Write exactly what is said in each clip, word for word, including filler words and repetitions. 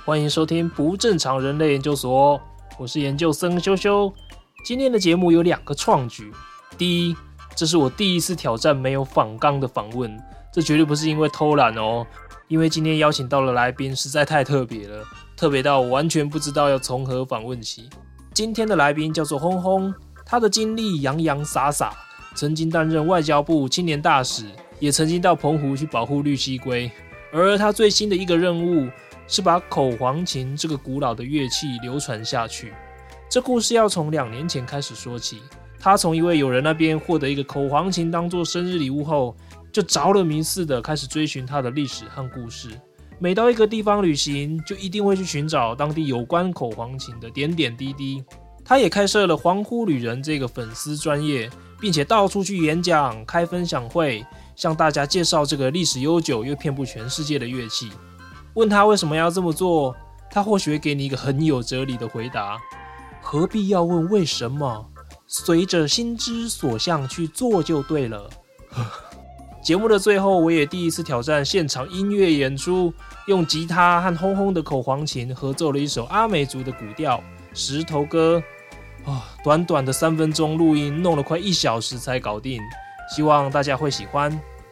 欢迎收听不正常人类研究所，我是研究生修修。今天的节目有两个创举，第一，这是我第一次挑战没有访纲的访问，这绝对不是因为偷懒哦，因为今天邀请到的来宾实在太特别了，特别到我完全不知道要从何访问起。今天的来宾叫做轰轰，他的经历洋洋洒洒，曾经担任外交部青年大使，也曾经到澎湖去保护绿蜥龟，而他最新的一个任务是把口簧琴这个古老的乐器流传下去。这故事要从两年前开始说起。他从一位友人那边获得一个口簧琴当作生日礼物后，就着了迷似的开始追寻它的历史和故事。每到一个地方旅行，就一定会去寻找当地有关口簧琴的点点滴滴。他也开设了黄呼旅人这个粉丝专页，并且到处去演讲、开分享会，向大家介绍这个历史悠久又遍布全世界的乐器。问他为什么要这么做，他或许会给你一个很有哲理的回答：何必要问为什么？随着心之所向去做就对了。节目的最后，我也第一次挑战现场音乐演出，用吉他和轰轰的口簧琴合奏了一首阿美族的古调《石头歌》。哦，短短的三分钟录音，弄了快一小时才搞定，希望大家会喜欢。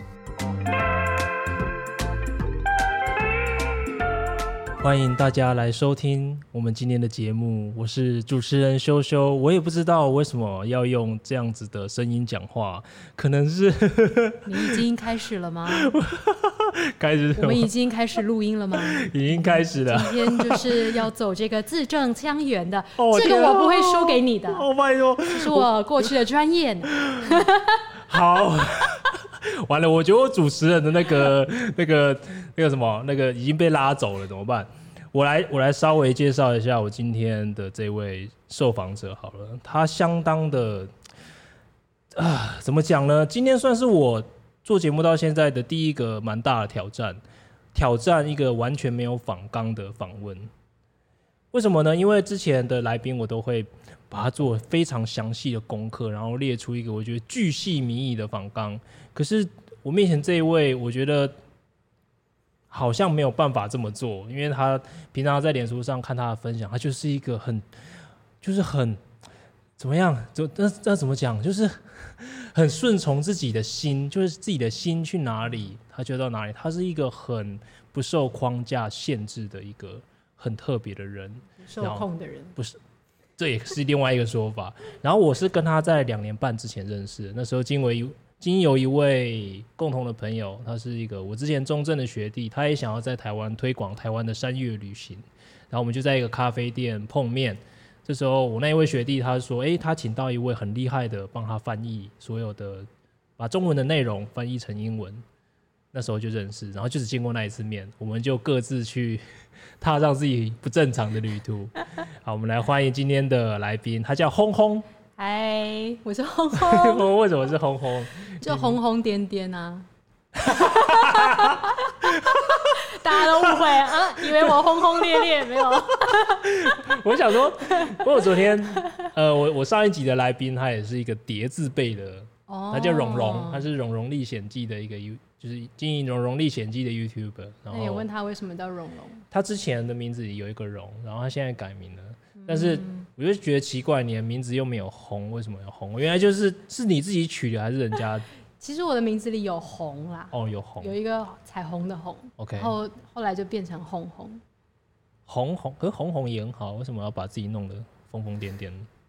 欢迎大家来收听我们今天的节目，我是主持人修修。我也不知道为什么要用这样子的声音讲话，可能是你已经开始了吗？ 开始了吗？ 我们已经开始录音了吗？ 已经开始了。 今天就是要走这个字正腔圆的， 哦、 这个我不会输给你的。 哦，拜托， 这是我过去的专业呢。 好。完了，我觉得我主持人的那个、那个、那个什么、那个已经被拉走了，怎么办？我来，我来稍微介绍一下我今天的这位受访者好了。他相当的啊，怎么讲呢？今天算是我做节目到现在的第一个蛮大的挑战，挑战一个完全没有访纲的访问。为什么呢？因为之前的来宾我都会把它做非常详细的功课，然后列出一个我觉得巨细靡遗的访纲。可是我面前这一位，我觉得好像没有办法这么做，因为他平常在脸书上看他的分享，他就是一个很，就是很怎么样？就那那怎么讲？就是很顺从自己的心，就是自己的心去哪里，他就到哪里。他是一个很不受框架限制的一个很特别的人， 受控的人， 不是。这也是另外一个说法。然后我是跟他在两年半之前认识的，那时候经为经由一位共同的朋友，他是一个我之前中正的学弟，他也想要在台湾推广台湾的山岳旅行，然后我们就在一个咖啡店碰面。这时候我那一位学弟他说，哎，他请到一位很厉害的帮他翻译所有的，把中文的内容翻译成英文。那时候就认识，然后就只见过那一次面，我们就各自去踏上自己不正常的旅途。好，我们来欢迎今天的来宾，他叫轰轰。 嗨，我是轰轰。 为什么是轰轰？ 就轰轰颠颠啊！大家都误会啊，以为我轰轰烈烈，没有。 我想说，我昨天，呃，我我上一集的来宾，他也是一个叠字辈的。哦、他叫蓉蓉，他是《蓉蓉历险记》的一个 U， 就是经营《蓉蓉历险记》的 YouTuber。那你问他为什么叫蓉蓉？ 他之前的名字里有一个蓉，然后他现在改名了。嗯、但是我就觉得奇怪，你的名字又没有红，为什么要红？原来就是是你自己取的，还是人家？ 其实我的名字里有红啦。 哦，有红， 有一个彩虹的红。 OK。 然后后来就变成红红。 红红，可是红红也很好，为什么要把自己弄得疯疯癫癫？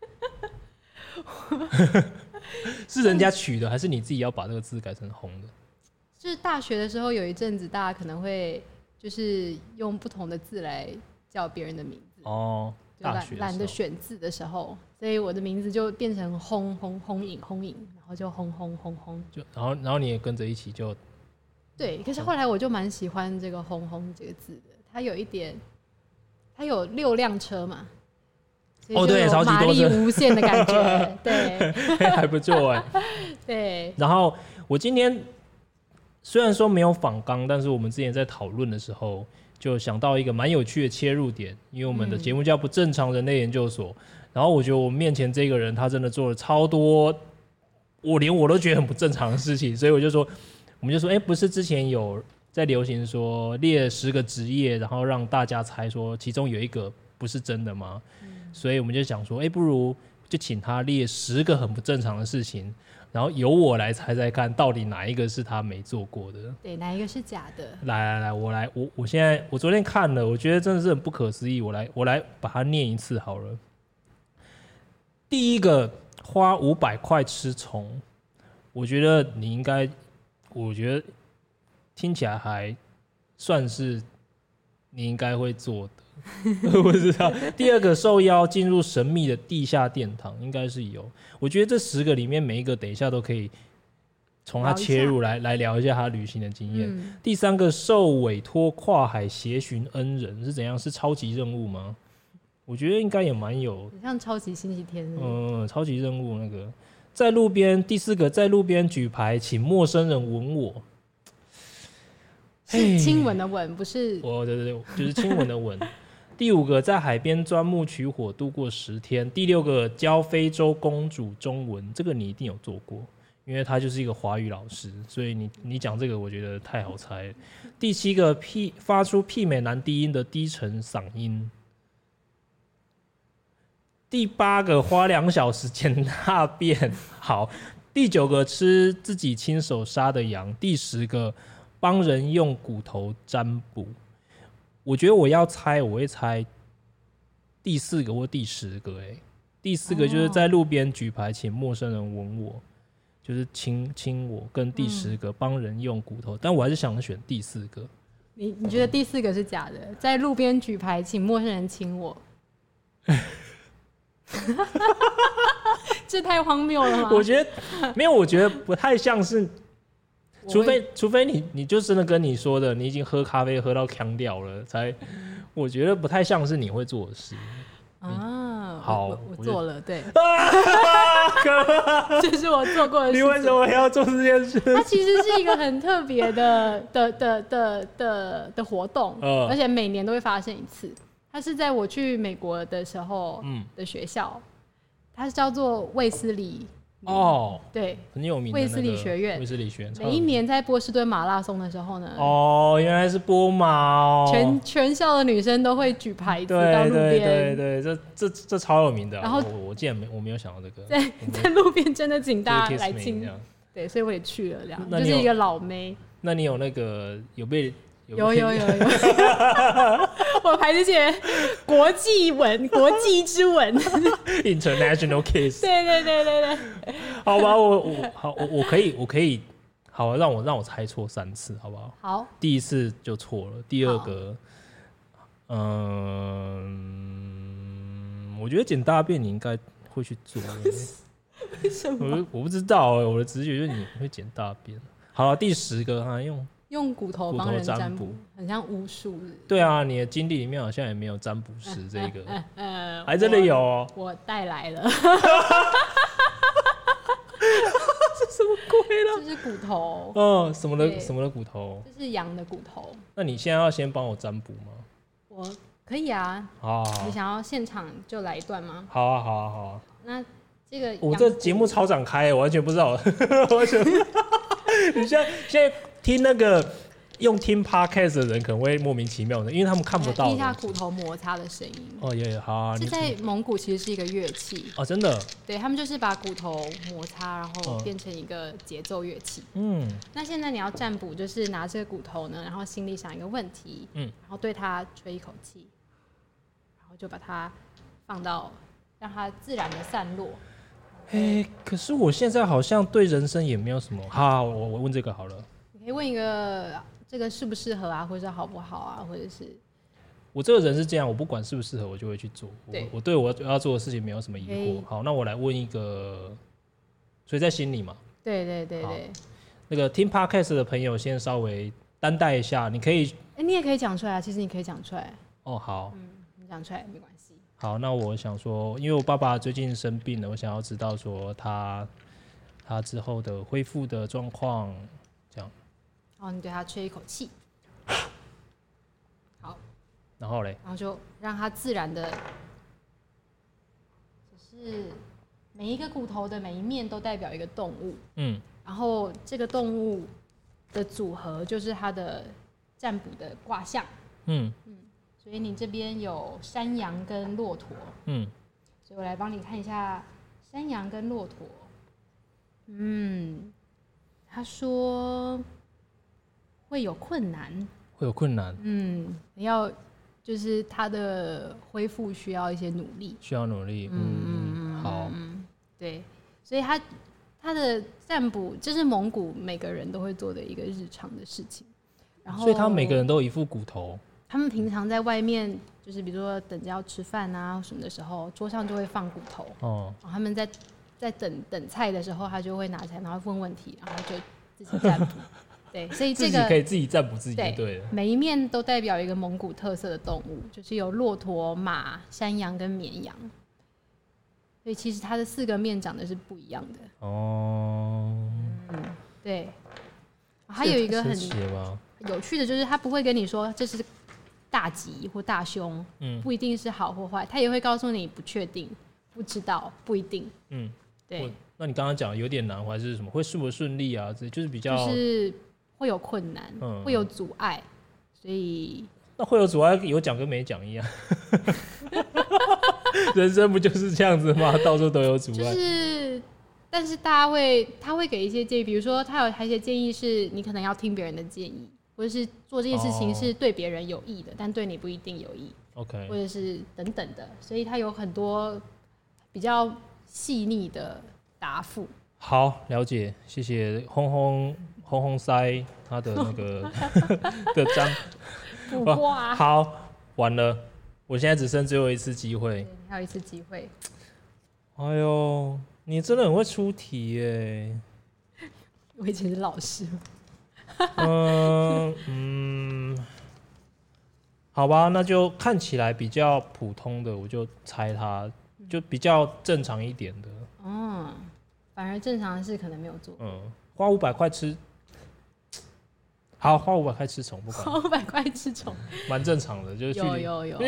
是人家取的，还是你自己要把这个字改成红的？ 就是大学的时候有一阵子，大家可能会就是用不同的字来叫别人的名字哦。大学懒得选字的时候，所以我的名字就变成轰轰轰影轰影，然后就轰轰轰轰。 就然后然后你也跟着一起就对，可是后来我就蛮喜欢这个轰轰这个字的，它有一点，它有六辆车嘛。 哦，对，超级多马力无限的感觉，对， 还不错哎。 对。 然后我今天虽然说没有访纲，但是我们之前在讨论的时候，就想到一个蛮有趣的切入点，因为我们的节目叫不正常人类研究所。嗯、然后我觉得我面前这个人，他真的做了超多，我连我都觉得很不正常的事情，所以我就说，我们就说，哎，不是之前有在流行说列十个职业，然后让大家猜说其中有一个不是真的吗？嗯、所以我们就想说，哎、欸，不如就请他列十个很不正常的事情，然后由我来猜猜看，到底哪一个是他没做过的？ 对，哪一个是假的？ 来来来，我来，我我现在我昨天看了，我觉得真的是很不可思议。我来我来把它念一次好了。第一个，花五百块吃虫，我觉得你应该，我觉得听起来还算是你应该会做的。我不知道。第二个，受邀进入神秘的地下殿堂，应该是有。我觉得这十个里面每一个，等一下都可以从他切入来来聊一下他旅行的经验。嗯、第三个，受委托跨海协寻恩人是怎样？是超级任务吗？我觉得应该也蛮有， 很像超级星期天是不是。 嗯，超级任务那个，在路边。第四个，在路边举牌，请陌生人吻我。 是亲吻的吻，不是？ 哦，对对对，就是亲吻的吻。第五个，在海边钻木取火度过十天。第六个，教非洲公主中文，这个你一定有做过，因为他就是一个华语老师，所以你你讲这个我觉得太好猜了。第七个，媲发出媲美男低音的低沉嗓音。第八个，花两小时捡大便。好。第九个，吃自己亲手杀的羊。第十个，帮人用骨头占卜。我觉得我要猜，我会猜第四个或第十个、欸。第四个就是在路边举牌请陌生人吻我，就是亲亲我。跟第十个，帮人用骨头，但我还是想选第四个。 你你觉得第四个是假的？在路边举牌请陌生人亲我。这太荒谬了吗？ 我觉得没有，我觉得不太像是，除非除非你你就真的跟你说的，你已经喝咖啡喝到呛掉了，才我觉得不太像是你会做的事啊。 好， 我, 我做了，对， 啊、 这是我做过的事。 你为什么要做这件事？ 它其实是一个很特别的的的的的的活动、嗯，而且每年都会发生一次。它是在我去美国的时候的学校，嗯、它是叫做卫斯理哦，对， 很有名的、那個、 卫斯理学院。 卫斯理学院每一年在波士顿马拉松的时候呢， 哦，原来是波马哦， 全全校的女生都会举牌子到路边， 对对对对，这这这超有名的、啊。 然后我我竟然没我没有想到这个， 在在路边真的请大家来亲，对，所以我也去了，这样就是一个老妹。 那你有那个有被？ 有有有有，我牌子写国际吻，国际之吻 ，International Kiss。 对对对对对， 好吧，我我好我我可以我可以，好，让我让我猜错三次，好不好？ 好， 第一次就错了，第二个，嗯，我觉得捡大便你应该会去做。 为什么？ 我我不知道，我的直觉就是你会捡大便。好了，第十个啊，用。 用骨头帮人占卜，很像巫术。对啊，你的经历里面好像也没有占卜师这个，呃呃呃、还真的有哦。 我带来了， 这什么鬼了？ 这是骨头。 嗯，什么的什么的骨头？ 这是羊的骨头。 那你现在要先帮我占卜吗？ 我可以啊。好好好，你想要现场就来一段吗？ 好啊，好啊，好啊。 那这个我这节目超展开，我完全不知道，完全。你现在现在听那个用听 podcast 的人可能会莫名其妙的，因为他们看不到。 听一下骨头摩擦的声音。 哦耶，好啊。 是在蒙古其实是一个乐器哦，真的。 对，他们就是把骨头摩擦，然后变成一个节奏乐器。嗯。那现在你要占卜，就是拿这个骨头呢，然后心里想一个问题，嗯，然后对它吹一口气，然后就把它放到让它自然的散落。 哎、欸，可是我现在好像对人生也没有什么。好，我我问这个好了。 你可以问一个，这个适不适合啊，或者是好不好啊，或者是我这个人是这样，我不管适不适合，我就会去做。对，我, 我对我要做的事情没有什么疑惑。好，那我来问一个，所以在心里嘛。 对对对对。 那个听 podcast 的朋友，先稍微担待一下，你可以， 哎、欸，你也可以讲出来啊，其实你可以讲出来。 哦，好。 嗯，你讲出来没关系。 好，那我想说，因为我爸爸最近生病了，我想要知道说他他之后的恢复的状况，这样。 哦，你对他吹一口气，好， 然后嘞， 然后就让他自然的，就是每一个骨头的每一面都代表一个动物，嗯，然后这个动物的组合就是它的占卜的卦象。嗯嗯，所以你这边有山羊跟骆驼。嗯，所以我来帮你看一下山羊跟骆驼。嗯，他说会有困难， 会有困难。 嗯，你要就是他的恢复需要一些努力， 需要努力。嗯嗯，好。 嗯，对，所以他他的占卜这是蒙古每个人都会做的一个日常的事情。然后， 所以他们每个人都有一副骨头。 他们平常在外面，就是比如说等着要吃饭啊什么的时候，桌上就会放骨头。哦，然后他们在在等等菜的时候，他就会拿起来，然后问问题，然后就自己占卜。对，所以这个自己可以自己占卜自己就对了。 每一面都代表一个蒙古特色的动物，就是有骆驼、马、山羊跟绵羊。所以其实它的四个面长得是不一样的。哦，嗯，对。还有一个很有趣的就是，他不会跟你说这是大吉或大凶，嗯，不一定是好或坏，他也会告诉你不确定、不知道、不一定。嗯，对。 那你刚刚讲有点难，还是什么会顺不顺利啊？就是比较就是会有困难，嗯、会有阻碍，所以那会有阻碍，有讲跟没讲一样。人生不就是这样子吗？到处都有阻碍。 就是。但是大家会，他会给一些建议，比如说他有一些建议是你可能要听别人的建议，或者是做这件事情是对别人有益的， oh. 但对你不一定有益。OK， 或者是等等的，所以他有很多比较细腻的答复。 好，了解，谢谢轰轰轰轰塞他的那个的占卜卦。 好，完了，我现在只剩最后一次机会， 还有一次机会。 哎呦。你真的很会出题耶！ 我以前是老师。 嗯嗯，好吧，那就看起来比较普通的，我就猜它，就比较正常一点的。 嗯，反而正常的事可能没有做。 嗯，花五百块吃，好，花五百块吃虫，不管。 花五百块吃虫， 蛮正常的，就是有有有。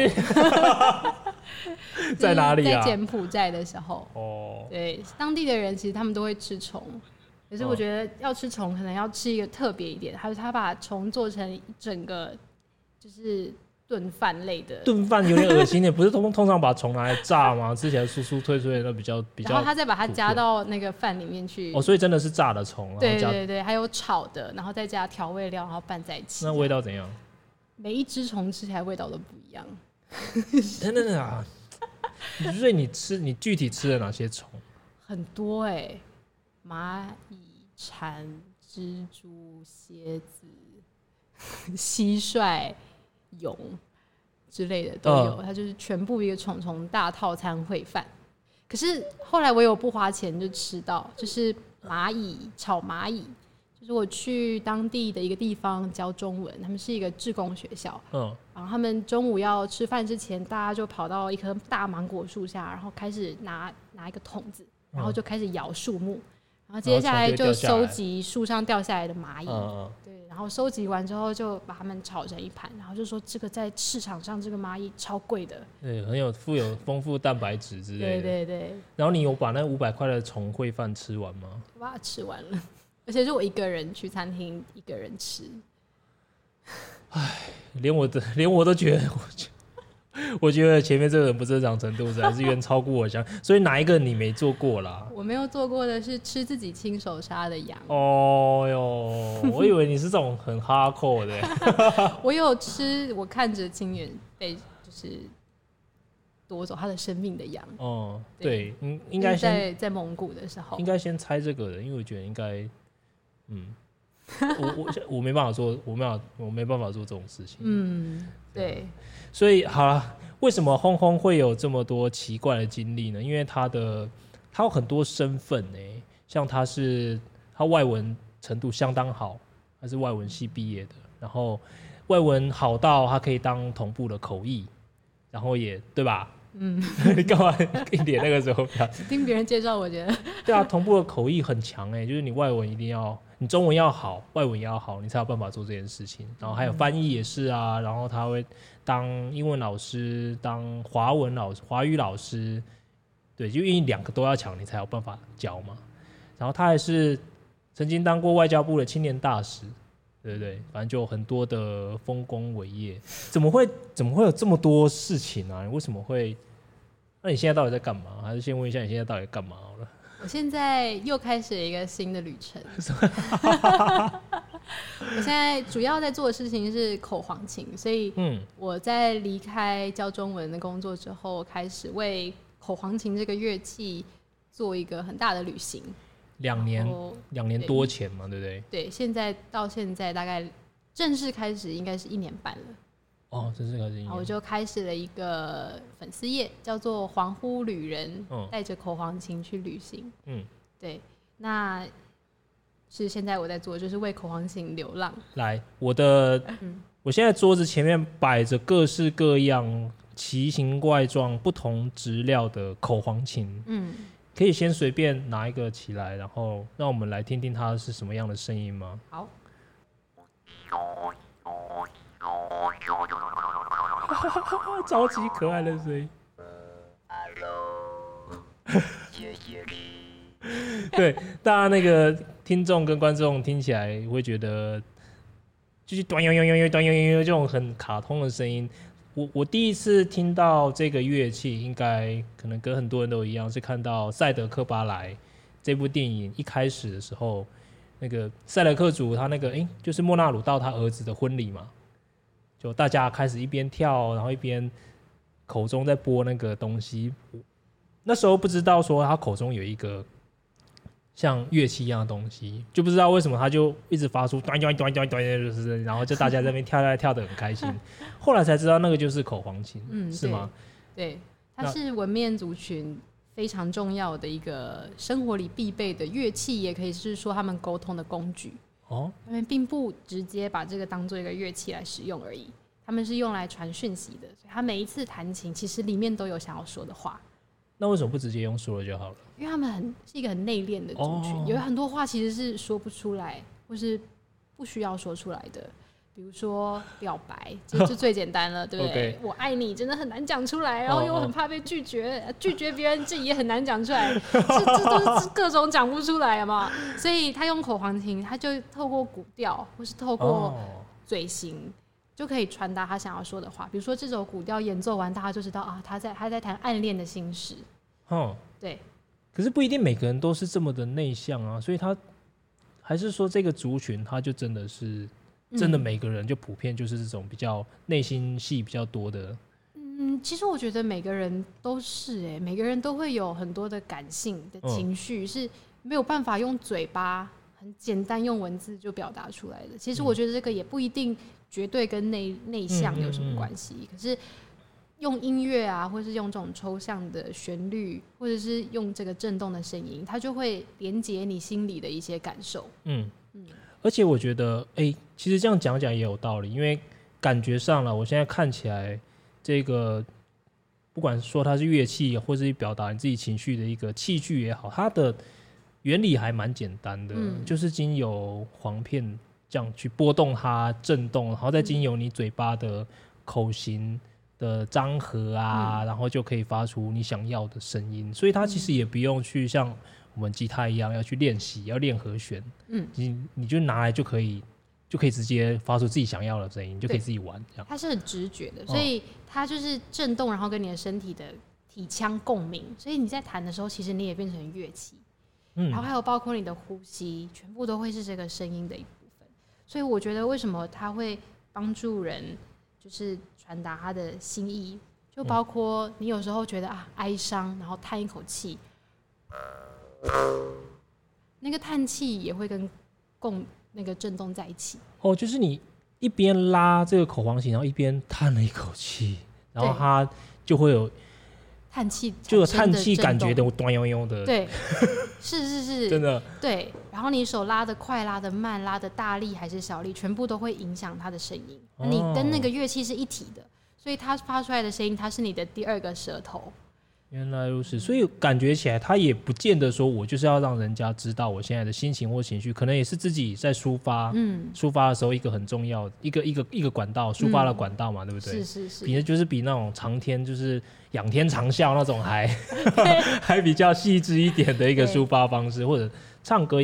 在哪里啊？ 在柬埔寨的时候，哦，对，当地的人其实他们都会吃虫，可是我觉得要吃虫可能要吃一个特别一点，还有他把虫做成一整个就是炖饭类的。 炖饭有点恶心耶，不是通通常把虫拿来炸吗？吃起来酥酥脆脆的，比较比较。 然后他再把它加到那个饭里面去。 哦，所以真的是炸的虫。 对对对，还有炒的，然后再加调味料，然后拌在一起。 那味道怎样？ 每一只虫吃起来味道都不一样。 等等等啊！所以你吃，你具体吃了哪些虫？ 很多哎、欸，蚂蚁、蝉、蜘蛛、蝎子、蟋蟀、蛹之类的都有，它就是全部一个虫虫大套餐烩饭。可是后来我有不花钱就吃到，就是蚂蚁炒蚂蚁。就是我去当地的一个地方教中文，他们是一个志工学校，嗯，然后他们中午要吃饭之前，大家就跑到一棵大芒果树下，然后开始拿拿一个桶子，然后就开始摇树木，然后接下来就收集树上掉下来的蚂蚁，嗯、对，然后收集完之后就把它们炒成一盘，然后就说这个在市场上这个蚂蚁超贵的， 对，很有富有丰富蛋白质之类的， 对对对。 然后你有把那五百块的虫烩饭吃完吗？ 我把它吃完了。而且是我一个人去餐厅，一个人吃。 唉，连我的连我都觉得，我觉得，我觉得前面这个人不正常程度还是远超过我想。所以哪一个你没做过啦？ 我没有做过的是吃自己亲手杀的羊。 哦哟，我以为你是这种很哈扣的。 我有吃，我看着亲人被就是夺走他的生命的羊。 哦，对，应应该先在在蒙古的时候， 应该先猜这个的，因为我觉得应该。嗯，我我我没办法做，我没办法，我没办法做这种事情。嗯， 对。 所以好了，为什么轰轰会有这么多奇怪的经历呢？因为他的他有很多身份呢、欸，像他是他外文程度相当好，他是外文系毕业的，然后外文好到他可以当同步的口译，然后也对吧？嗯，你干嘛一脸那个时候听别人介绍，我觉得对啊，同步的口译很强哎、欸，就是你外文一定要。你中文要好，外文也要好，你才有办法做这件事情。然后还有翻译也是啊，然后他会当英文老师，当华文老师、华语老师，对，就因为两个都要强，你才有办法教嘛。然后他还是曾经当过外交部的青年大使， 对不对？反正就很多的丰功伟业，怎么会怎么会有这么多事情啊？你为什么会？那你现在到底在干嘛？还是先问一下你现在到底在干嘛好了？ 我现在又开始了一个新的旅程。我现在主要在做的事情是口簧琴，所以我在离开教中文的工作之后，开始为口簧琴这个乐器做一个很大的旅行。 两年，两年多前嘛，对不对？ 对，现在到现在大概正式开始应该是一年半了。 哦，正式开始一年。 我就开始了一个粉丝页，叫做“恍惚旅人”，带着口簧琴去旅行。嗯，对，那是现在我在做，就是为口簧琴流浪。来， 我的，嗯、我现在桌子前面摆着各式各样、奇形怪状、不同质料的口簧琴。嗯。可以先随便拿一个起来，然后让我们来听听它是什么样的声音吗？ 好。 超级可爱的声音。对，大家那个听众跟观众听起来会觉得，就是短悠悠悠悠短悠悠悠这种很卡通的声音。我, 我第一次听到这个乐器，应该可能跟很多人都一样，是看到《赛德克巴莱》这部电影一开始的时候，那个赛德克族他那个，哎，就是莫纳鲁道他儿子的婚礼嘛，就大家开始一边跳，然后一边口中在播那个东西。那时候不知道说他口中有一个像乐器一样的东西，就不知道为什么他就一直发出端端端端端，就是然后就大家在那边跳跳跳得很开心。后来才知道那个就是口簧琴，嗯，是吗？ 对，对，它是文面族群非常重要的一个生活里必备的乐器，也可以是说他们沟通的工具。哦，他们并不直接把这个当做一个乐器来使用而已，他们是用来传讯息的。所以他每一次弹琴，其实里面都有想要说的话。 那为什么不直接用说了就好了？ 因为他们很是一个很内敛的族群，哦、有很多话其实是说不出来，或是不需要说出来的。比如说表白，这就最简单了，对不对？ okay. 我爱你真的很难讲出来，然后又很怕被拒绝，哦、拒绝别人自己也很难讲出来，这这都是各种讲不出来嘛。所以他用口簧琴，他就透过古调或是透过嘴型。哦，就可以传达他想要说的话。比如说这首古调演奏完，大家就知道啊，他在他在谈暗恋的心事。哦，对。 可是不一定每个人都是这么的内向啊，所以他还是说这个族群，他就真的是真的每个人就普遍就是这种比较内心戏比较多的。 嗯，其实我觉得每个人都是哎、欸，每个人都会有很多的感性的情绪，嗯、是没有办法用嘴巴很简单用文字就表达出来的。其实我觉得这个也不一定绝对跟内内向有什么关系，嗯嗯嗯，可是用音乐啊，或是用这种抽象的旋律，或者是用这个震动的声音，它就会连接你心里的一些感受。嗯嗯， 而且我觉得，哎、欸，其实这样讲讲也有道理，因为感觉上了，我现在看起来，这个不管说它是乐器，或是表达你自己情绪的一个器具也好，它的原理还蛮简单的，嗯、就是经由簧片这样去波动它震动，然后再经由你嘴巴的口型的张合啊、嗯、然后就可以发出你想要的声音，所以它其实也不用去像我们吉他一样要去练习要练和弦，嗯，你你就拿来就可以就可以直接发出自己想要的声音，就可以自己玩这样。 它是很直觉的，所以它就是震动，然后跟你的身体的体腔共鸣，所以你在弹的时候其实你也变成乐器，嗯，然后还有包括你的呼吸全部都会是这个声音的一部分，所以我觉得为什么它会帮助人就是传达他的心意，就包括你有时候觉得啊哀伤，然后叹一口气，那个叹气也会跟共那个震动在一起。 哦，就是你一边拉这个口簧琴，然后一边叹了一口气，然后它就会有叹气， 就有叹气感觉的端悠悠的。 对，是是是， 真的。 对，然后你手拉得快、拉得慢、拉得大力还是小力，全部都会影响它的声音。哦、你跟那个乐器是一体的，所以它发出来的声音，它是你的第二个舌头。 原来如此，所以感觉起来，它也不见得说我就是要让人家知道我现在的心情或情绪，可能也是自己在抒发，嗯，抒发的时候一个很重要一个一个一个管道，抒发的管道嘛，嗯、对不对？ 是是是， 比就是比那种长天就是仰天长啸那种还还比较细致一点的一个抒发方式，或者唱歌也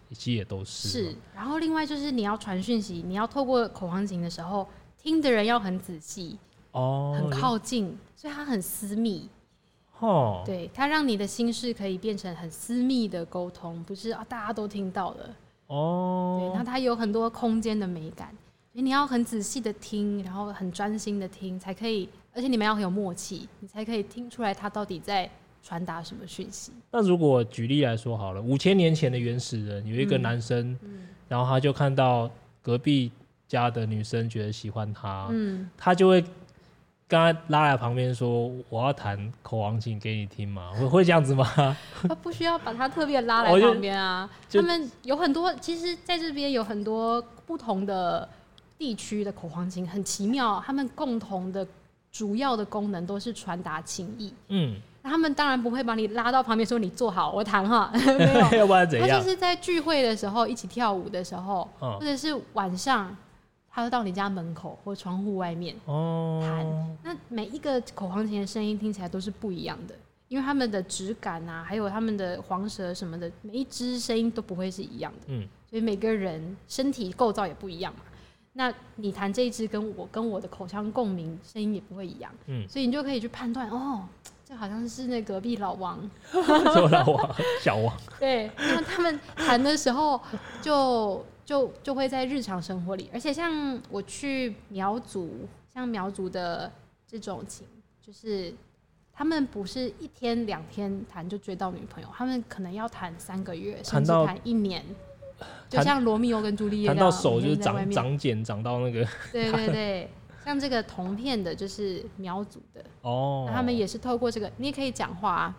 其实也都是。 是，然后另外就是你要传讯息，你要透过口簧琴的时候，听的人要很仔细，哦，很靠近，所以它很私密。哦，对，它让你的心事可以变成很私密的沟通，不是啊大家都听到了。哦，对，那它有很多空间的美感，所以你要很仔细的听，然后很专心的听，才可以，而且你们要很有默契，你才可以听出来它到底在传达什么讯息。 那如果举例来说好了，五千年前的原始人有一个男生，嗯嗯、然后他就看到隔壁家的女生觉得喜欢他，嗯、他就会跟他拉来旁边说：“我要弹口簧琴给你听嘛。”会会这样子吗？ 他不需要把他特别拉来旁边啊。他们有很多，其实在这边有很多不同的地区的口簧琴，很奇妙，他们共同的主要的功能都是传达情意。嗯。他们当然不会把你拉到旁边说你坐好我弹哈，没有， 要不然怎样？ 他就是在聚会的时候一起跳舞的时候，嗯、或者是晚上，他会到你家门口或窗户外面弹。哦、那每一个口簧琴的声音听起来都是不一样的，因为他们的质感啊，还有他们的簧舌什么的，每一支声音都不会是一样的。嗯，所以每个人身体构造也不一样嘛。那你弹这一支跟我跟我的口腔共鸣，声音也不会一样。嗯，所以你就可以去判断哦。这好像是那隔壁老王， 什老王、小王？ 对，那他们弹的时候就，就就会在日常生活里，而且像我去苗族，像苗族的这种琴，就是他们不是一天两天弹就追到女朋友，他们可能要弹三个月，甚至弹一年，就像罗密欧跟朱丽叶， 弹到手就是长长茧，长到那个， 对对对。像这个铜片的，就是苗族的哦，他们也是透过这个，你也可以讲话啊。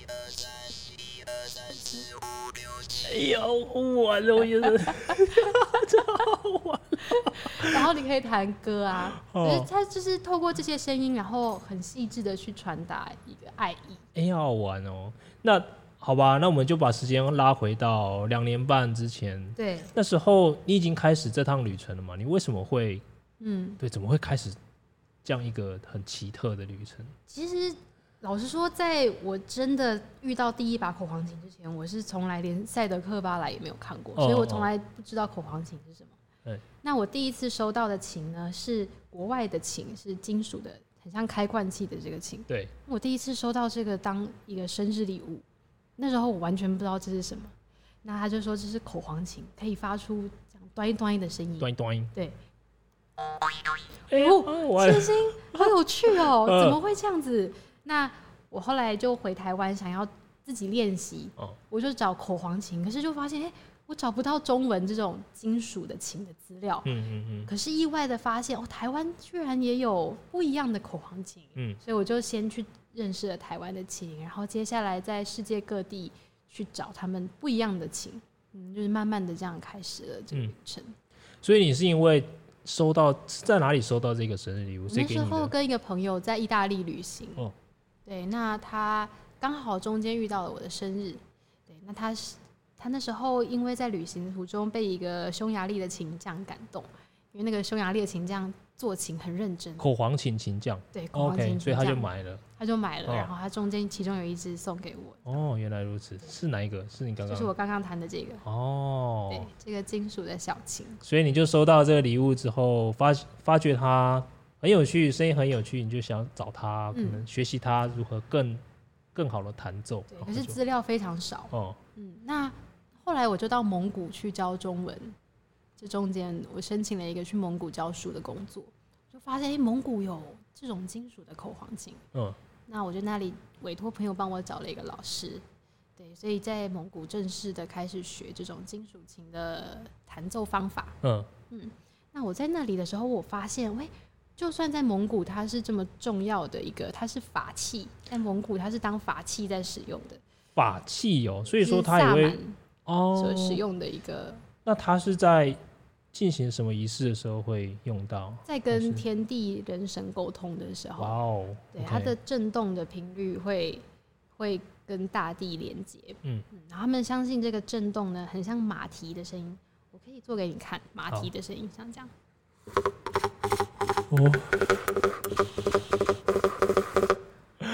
哎呀，好玩了，我觉得，真好玩。 然后你可以弹歌啊，哦、就是它就是透过这些声音，然后很细致的去传达一个爱意。 哎呀，好玩哦。那好吧，那我们就把时间拉回到两年半之前。 对， 那时候你已经开始这趟旅程了嘛？你为什么会？嗯，对，怎么会开始这样一个很奇特的旅程？ 其实老实说，在我真的遇到第一把口簧琴之前，我是从来连赛德克巴莱也没有看过，哦、所以我从来不知道口簧琴是什么。对，那我第一次收到的琴呢，是国外的琴，是金属的，很像开罐器的这个琴。 对， 我第一次收到这个当一个生日礼物，那时候我完全不知道这是什么。那他就说这是口簧琴，可以发出这样端一端的声音， 端一端， 对。哎呦，这个声音好有趣哦！怎么会这样子？那我后来就回台湾，想要自己练习，哦、我就找口簧琴，可是就发现，哎、欸，我找不到中文这种金属的琴的资料。嗯嗯嗯。可是意外的发现，哦，台湾居然也有不一样的口簧琴。嗯。所以我就先去认识了台湾的琴，然后接下来在世界各地去找他们不一样的琴，嗯，就是慢慢的这样开始了这个旅程。嗯、 所以你是因为收到在哪里收到这个生日礼物？ 那时候跟一个朋友在意大利旅行，哦、对，那他刚好中间遇到了我的生日，对，那他是他那时候因为在旅行途中被一个匈牙利的琴匠感动，因为那个匈牙利的琴匠做琴很认真， 口簧琴琴匠， 对，口簧琴琴匠， okay, 所以他就买了， 他就买了，哦、然后他中间其中有一支送给我。 哦，原来如此，是哪一个？是你刚刚？ 就是我刚刚弹的这个。哦，对，这个金属的小琴。 所以你就收到这个礼物之后，发发觉它很有趣，声音很有趣，你就想找他，可能学习他如何更更好的弹奏。 对，可是资料非常少。哦，嗯，那后来我就到蒙古去教中文。这中间我申请了一个去蒙古教书的工作，就发现、欸、蒙古有这种金属的口簧琴，嗯，那我就那里委托朋友帮我找了一个老师，对，所以在蒙古正式的开始学这种金属琴的弹奏方法，嗯嗯，那我在那里的时候，我发现，喂，就算在蒙古它是这么重要的一个，它是法器，在蒙古它是当法器在使用的， 法器哦，所以说它也会哦所使用的一个， 那它是在进行什么仪式的时候会用到？ 在跟天地人神沟通的时候，哇哦，对， okay. 它的震动的频率会会跟大地连接，嗯嗯，然后他们相信这个震动呢，很像马蹄的声音，我可以做给你看，马蹄的声音像这样，哦，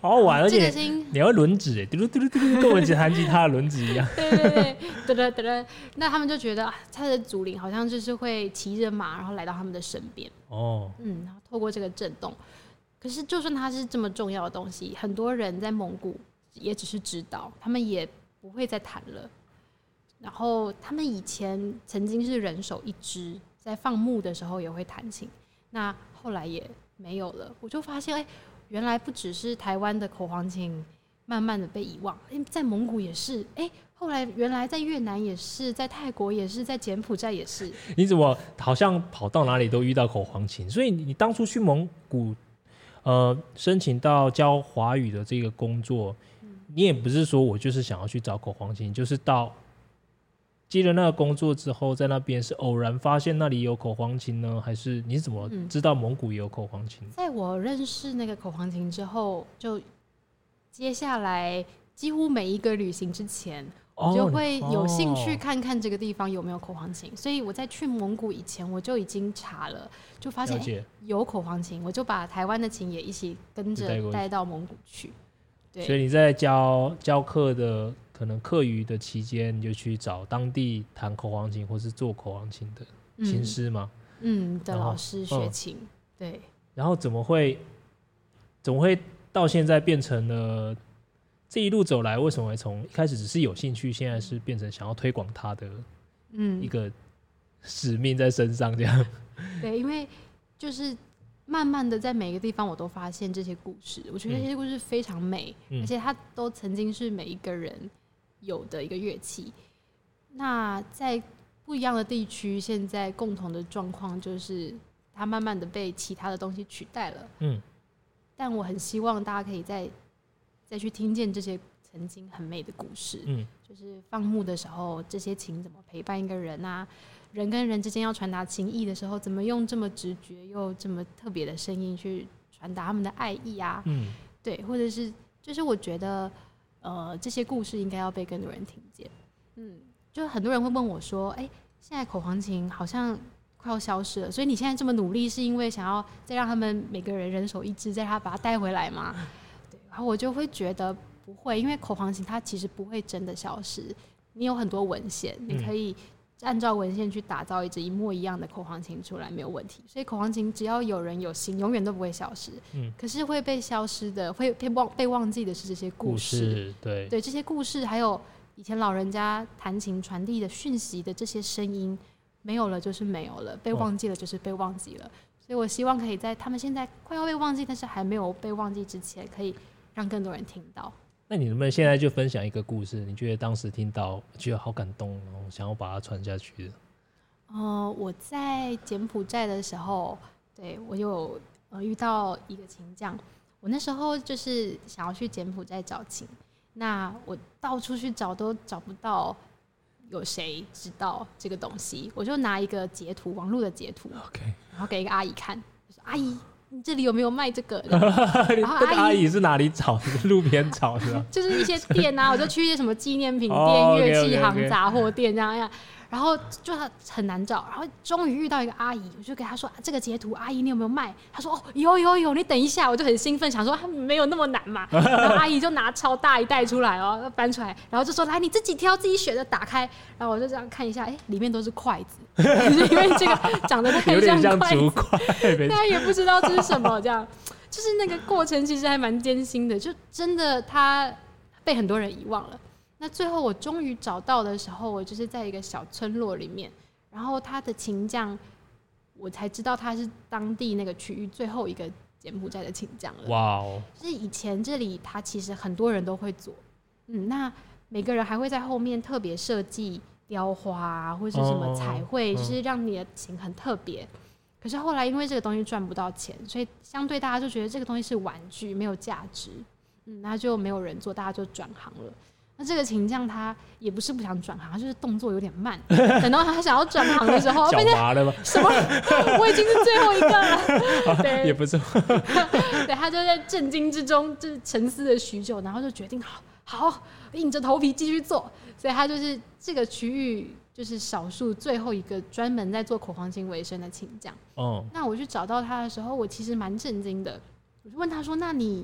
好好玩，而且你要轮指，嘟噜嘟噜嘟噜，跟我们弹吉他的轮指一样。 对对对，对对对，那他们就觉得、啊、他的祖灵好像就是会骑着马，然后来到他们的身边。哦，嗯，然后透过这个震动。可是就算它是这么重要的东西，很多人在蒙古也只是知道，他们也不会再弹了。然后他们以前曾经是人手一支，在放牧的时候也会弹琴，那后来也没有了。我就发现，哎、欸，原来不只是台湾的口簧琴慢慢的被遗忘，在蒙古也是，哎、欸，后来原来在越南也是，在泰国也是，在柬埔寨也是。 你怎么好像跑到哪里都遇到口簧琴？所以你当初去蒙古，呃，申请到教华语的这个工作，你也不是说我就是想要去找口簧琴，就是到接了那个工作之后，在那边是偶然发现那里有口簧琴呢，还是你怎么知道蒙古也有口簧琴？ 嗯、在我认识那个口簧琴之后，就接下来几乎每一个旅行之前，我就会有兴趣看看这个地方有没有口簧琴。所以我在去蒙古以前，我就已经查了，就发现、欸、有口簧琴，我就把台湾的琴也一起跟着带到蒙古去。对， 所以你在教教课的。可能课余的期间，你就去找当地弹口簧琴或是做口簧琴的琴师嘛， 嗯，嗯的老师学琴、嗯，对。 然后怎么会怎么会到现在变成了这一路走来，为什么会从一开始只是有兴趣，现在是变成想要推广它的一个使命在身上这样？ 嗯、对，因为就是慢慢的在每个地方我都发现这些故事，我觉得这些故事非常美，嗯、而且它都曾经是每一个人有的一个乐器。那在不一样的地区，现在共同的状况就是它慢慢的被其他的东西取代了。嗯，但我很希望大家可以再再去听见这些曾经很美的故事。嗯，就是放牧的时候，这些琴怎么陪伴一个人啊？人跟人之间要传达情谊的时候，怎么用这么直觉又这么特别的声音去传达他们的爱意啊？嗯，对，或者是就是我觉得。呃，这些故事应该要被更多人听见。嗯，就很多人会问我说：“哎、欸，现在口簧琴好像快要消失了，所以你现在这么努力，是因为想要再让他们每个人人手一支，再让他把它带回来吗？”对，然后我就会觉得不会，因为口簧琴它其实不会真的消失。你有很多文献，你可以按照文献去打造一支一模一样的口簧琴出来，没有问题。所以口簧琴只要有人有心，永远都不会消失。嗯，可是会被消失的，会被忘被忘记的是这些故事。 故事对对，这些故事还有以前老人家弹琴传递的讯息的这些声音，没有了就是没有了，被忘记了就是被忘记了。哦、所以我希望可以在他们现在快要被忘记，但是还没有被忘记之前，可以让更多人听到。 那你能不能现在就分享一个故事？你觉得当时听到觉得好感动，然后想要把它传下去的？ 呃，我在柬埔寨的时候，对我有呃遇到一个琴匠。我那时候就是想要去柬埔寨找琴，那我到处去找都找不到有谁知道这个东西，我就拿一个截图，网络的截图， okay. 然后给一个阿姨看，就说：“阿姨。”你这里有没有卖这个？ 然后阿 姨, 阿姨是哪里找的？路边找的？ 就是一些店啊，我就去一些什么纪念品店、oh, 乐器行、杂货店这样样。然后就很难找，然后终于遇到一个阿姨，我就给她说、啊、这个截图，阿姨你有没有卖？她说哦有有有，你等一下，我就很兴奋，想说没有那么难嘛。然后阿姨就拿超大一袋出来哦，搬出来，然后就说来你自己挑，自己选的，打开。然后我就这样看一下，哎，里面都是筷子，因为这个长得太像筷子，有点像竹筷，大家也不知道这是什么，这样就是那个过程其实还蛮艰辛的，就真的他被很多人遗忘了。那最后我终于找到的时候，我就是在一个小村落里面，然后他的琴匠，我才知道他是当地那个区域最后一个柬埔寨的琴匠了。哇哦！就是以前这里他其实很多人都会做，嗯，那每个人还会在后面特别设计雕花啊，或是什么彩绘，哦、就是让你的琴很特别。可是后来因为这个东西赚不到钱，所以相对大家就觉得这个东西是玩具，没有价值，嗯，那就没有人做，大家就转行了。那这个琴匠他也不是不想转行，他就是动作有点慢。等到他想要转行的时候， 脚麻了吗？ 什么？我已经是最后一个了。对， 也不是。 对，他就在震惊之中，就是沉思了许久，然后就决定好，好，硬着头皮继续做。所以他就是这个区域，就是少数最后一个专门在做口簧琴为生的琴匠。哦。那我去找到他的时候，我其实蛮震惊的。我就问他说：“那你？”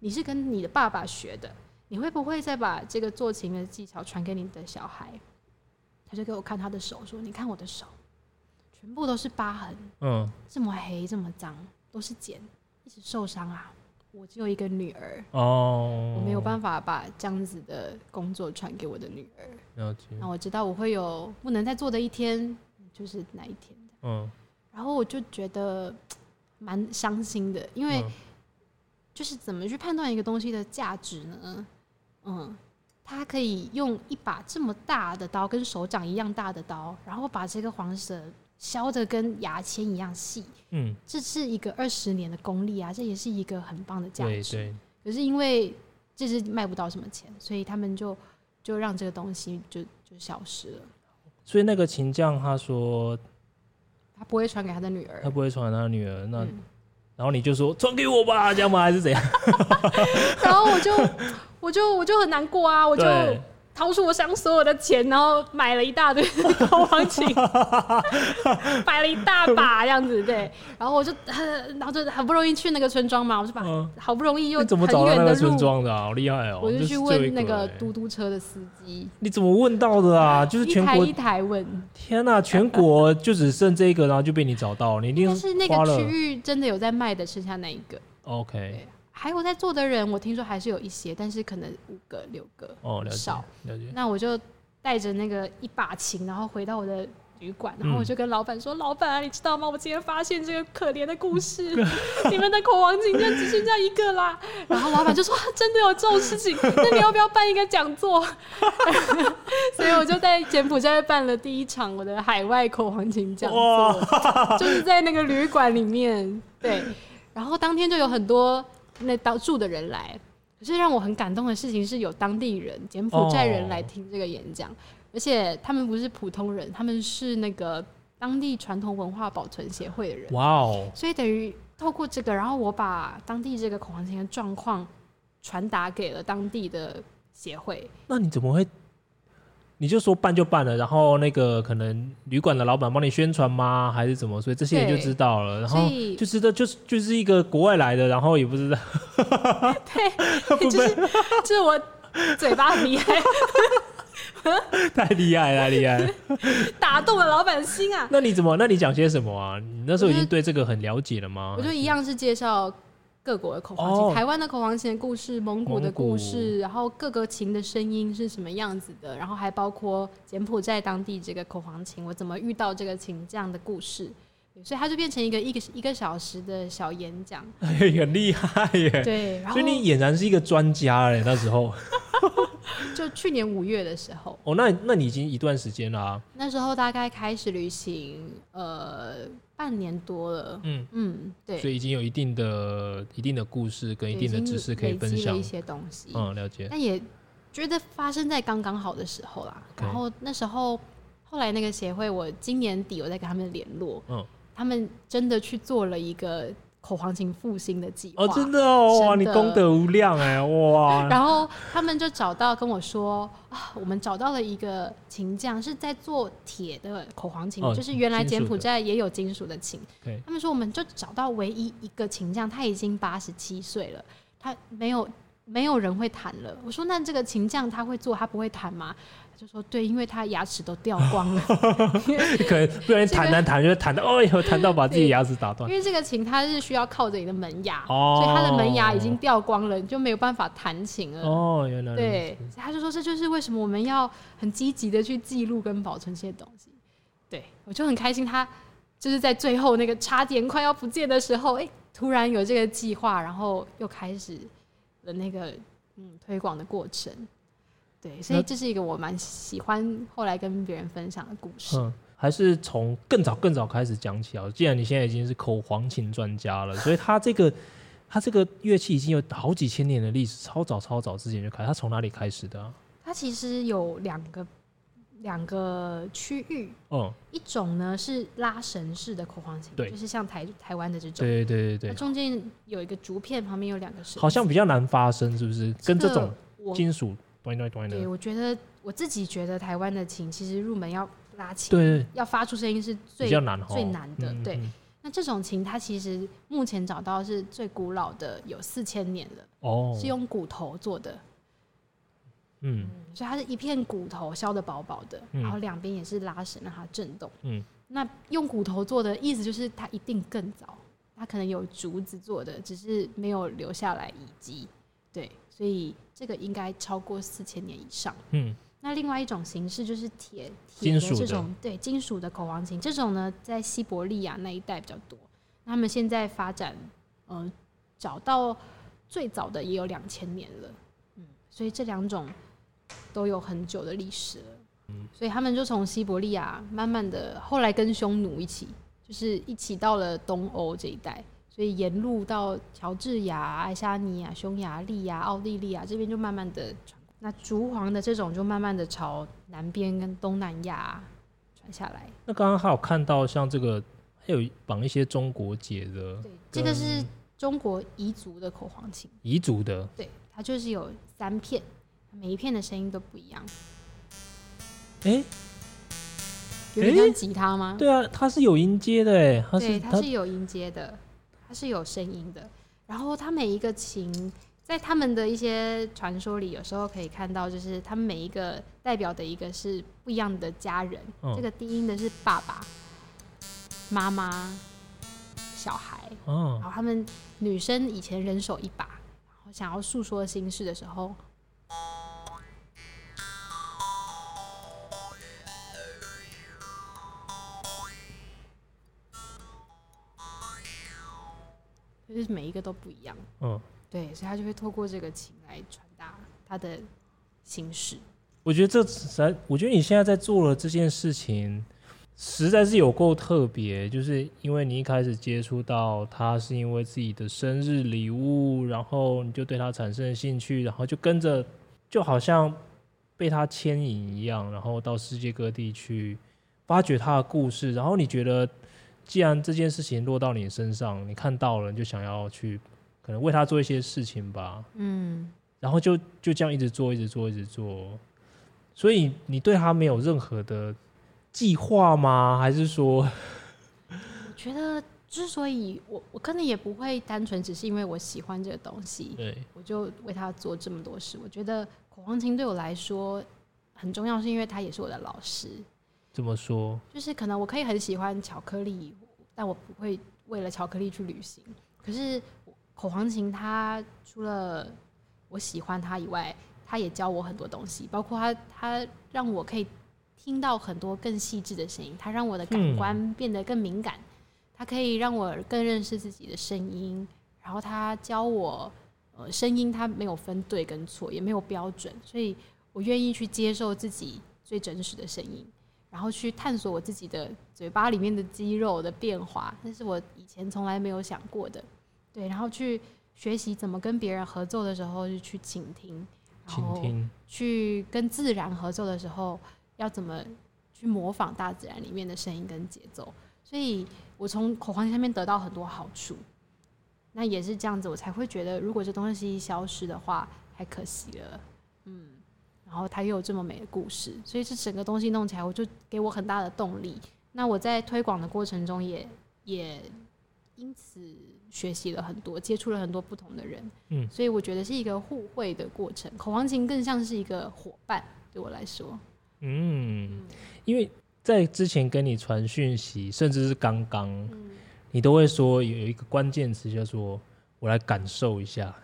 你是跟你的爸爸学的，你会不会再把这个做琴的技巧传给你的小孩？他就给我看他的手，说：“你看我的手，全部都是疤痕，嗯，这么黑，这么脏，都是茧，一直受伤啊。我只有一个女儿，哦，我没有办法把这样子的工作传给我的女儿。了解。那我知道我会有不能再做的一天，就是那一天。嗯，然后我就觉得蛮伤心的，因为就是怎么去判断一个东西的价值呢？嗯。”他可以用一把这么大的刀，跟手掌一样大的刀，然后把这个黄蛇削得跟牙签一样细。嗯，这是一个二十年的功力啊，这也是一个很棒的价值。对对。可是因为这是卖不到什么钱，所以他们就就让这个东西就就消失了。 所以那个琴匠他说， 他不会传给他的女儿， 他不会传给他的女儿。那、嗯、然后你就说传给我吧，这样吗？还是怎样？ 然后我就。我就我就很难过啊！我就掏出我想所有的钱，然后买了一大堆口簧琴，摆了一大把这样子，对。然后我就，然后就好不容易去那个村庄嘛，我就把、嗯、好不容易又很远的路，你怎么找到那个村庄的啊？好厉害哦！ 我就去问那个嘟嘟车的司机。 你怎么问到的啊？就是全国一台一台问。 天哪、啊，全国就只剩这个，然后就被你找到，你一定但是那个区域真的有在卖的，剩下那一个。 OK。 还有在做的人，我听说还是有一些，但是可能五个六个哦，了解少了解。那我就带着那个一把琴，然后回到我的旅馆，然后我就跟老板说：“嗯、老板啊，你知道吗？我今天发现这个可怜的故事，你们的口簧琴就只剩下一个啦。”然后老板就说：“真的有这种事情？那你要不要办一个讲座？”所以我就在柬埔寨办了第一场我的海外口簧琴讲座，就是在那个旅馆里面。对，然后当天就有很多。那当住的人来，可是让我很感动的事情是有当地人柬埔寨人来听这个演讲、哦，而且他们不是普通人，他们是那个当地传统文化保存协会的人。哇哦！所以等于透过这个，然后我把当地这个口簧琴的状况传达给了当地的协会。 那你怎么会？你就说办就办了，然后那个可能旅馆的老板帮你宣传吗？还是怎么？所以这些人就知道了，然后就知道就是就是一个国外来的，然后也不知道。 对，就是就是我嘴巴很厉害， 太厉害了，太厉害了， 打动了老板的心啊！ 那你怎么？那你讲些什么啊？你那时候已经对这个很了解了吗？ 我就一样是介绍。各国的口簧琴、哦，台湾的口簧琴的故事，蒙古的故事，然后各个琴的声音是什么样子的，然后还包括柬埔寨当地这个口簧琴，我怎么遇到这个琴这样的故事，所以它就变成一个一个一个小时的小演讲， 很厉害耶！ 对， 所以你俨然是一个专家嘞，那时候。 就去年五月的时候， 哦，那那你已经一段时间了、啊。 那时候大概开始旅行，呃，半年多了。嗯嗯，对， 所以已经有一定的一定的故事跟一定的知识可以分享， 累积了一些东西。 嗯，了解。 但也觉得发生在刚刚好的时候啦。Okay. 然后那时候，后来那个协会，我今年底我在跟他们联络，嗯，他们真的去做了一个。口簧琴复兴的计划哦，真的哦，哇，你功德无量哎，哇！ 然后他们就找到跟我说啊，我们找到了一个琴匠是在做铁的口簧琴、哦，就是原来柬埔寨也有金属的琴。他们说我们就找到唯一一个琴匠，他已经八十七岁了，他没有没有人会弹了。我说那这个琴匠他会做，他不会弹吗？就说对，因为他牙齿都掉光了， 可能不然弹弹弹就弹到哦，以后弹到把自己的牙齿打断。 因为这个琴它是需要靠着你的门牙，哦、所以它的门牙已经掉光了，你就没有办法弹琴了。哦，原来对，他就说这就是为什么我们要很积极的去记录跟保存这些东西。对，我就很开心，他就是在最后那个差点快要不见的时候，哎，突然有这个计划，然后又开始了那个嗯推广的过程。对，所以这是一个我蛮喜欢后来跟别人分享的故事。嗯， 还是从更早更早开始讲起啊。既然你现在已经是口簧琴专家了，所以它这个它这个乐器已经有好几千年的历史，超早超早之前就开始。它从哪里开始的、啊？ 它其实有两个两个区域，嗯，一种呢是拉绳式的口簧琴，对，就是像台台湾的这种， 对对对对， 中间有一个竹片，旁边有两个绳， 好像比较难发声，是不是？跟这种金属。 对，我觉得我自己觉得台湾的琴其实入门要拉琴，对，要发出声音是最比较难、哦、 最难的、嗯。对， 那这种琴它其实目前找到是最古老的，有四千年了，哦，是用骨头做的，嗯，所以它是一片骨头削得薄薄的，嗯，然后两边也是拉绳让它震动，嗯，那用骨头做的意思就是它一定更早，它可能有竹子做的，只是没有留下来遗迹，对，所以这个应该超过四千年以上，嗯。那另外一种形式就是铁铁的这种对金属的口簧琴，这种呢在西伯利亚那一带比较多。他们现在发展，呃，找到最早的也有两千年了，嗯，所以这两种都有很久的历史了。嗯，所以他们就从西伯利亚慢慢的，后来跟匈奴一起，就是一起到了东欧这一带，所以沿路到乔治亚、爱沙尼亚、匈牙利亚、奥地利亚这边就慢慢的传。那竹簧的这种就慢慢的朝南边跟东南亚传下来。 那刚刚还有看到像这个还有绑一些中国结的， 对，这个是中国彝族的口簧琴。 彝族的， 对，它就是有三片，每一片的声音都不一样。 哎、欸， 有点像吉他吗？ 对啊，它是有音阶的哎，它是对，它是有音阶的，它是有声音的。然后它每一个琴。在他们的一些传说里，有时候可以看到，就是他们每一个代表的一个是不一样的家人。嗯、这个低音的是爸爸、妈妈、小孩。嗯、然后他们女生以前人手一把，然后想要诉说心事的时候，就是每一个都不一样。嗯。对，所以他就会透过这个琴来传达他的心事。 我觉得这实在，我觉得你现在在做的这件事情，实在是有够特别。就是因为你一开始接触到他，是因为自己的生日礼物，然后你就对他产生了兴趣，然后就跟着，就好像被他牵引一样，然后到世界各地去发掘他的故事。然后你觉得，既然这件事情落到你身上，你看到了，你就想要去。可能为他做一些事情吧，嗯，然后就就这样一直做，一直做，一直做。所以你对他没有任何的计划吗？还是说？ 我觉得之所以我我可能也不会单纯只是因为我喜欢这个东西，对，我就为他做这么多事。我觉得口簧琴对我来说很重要，是因为他也是我的老师。 怎么说？ 就是可能我可以很喜欢巧克力，但我不会为了巧克力去旅行。可是口簧琴它除了我喜欢它以外，它也教我很多东西，包括它它让我可以听到很多更细致的声音，它让我的感官变得更敏感，嗯、它可以让我更认识自己的声音，然后它教我呃声音它没有分对跟错，也没有标准，所以我愿意去接受自己最真实的声音，然后去探索我自己的嘴巴里面的肌肉的变化，那是我以前从来没有想过的。对，然后去学习怎么跟别人合作的时候就去倾听，然后去跟自然合作的时候要怎么去模仿大自然里面的声音跟节奏。所以我从口簧琴上面得到很多好处，那也是这样子，我才会觉得如果这东西消失的话，太可惜了。嗯，然后它又有这么美的故事，所以这整个东西弄起来，我就给我很大的动力。那我在推广的过程中也，也也因此学习了很多，接触了很多不同的人，嗯，所以我觉得是一个互惠的过程。口簧琴更像是一个伙伴，对我来说， 嗯，因为在之前跟你传讯息，甚至是刚刚，嗯，你都会说有一个关键词叫做“我来感受一下”，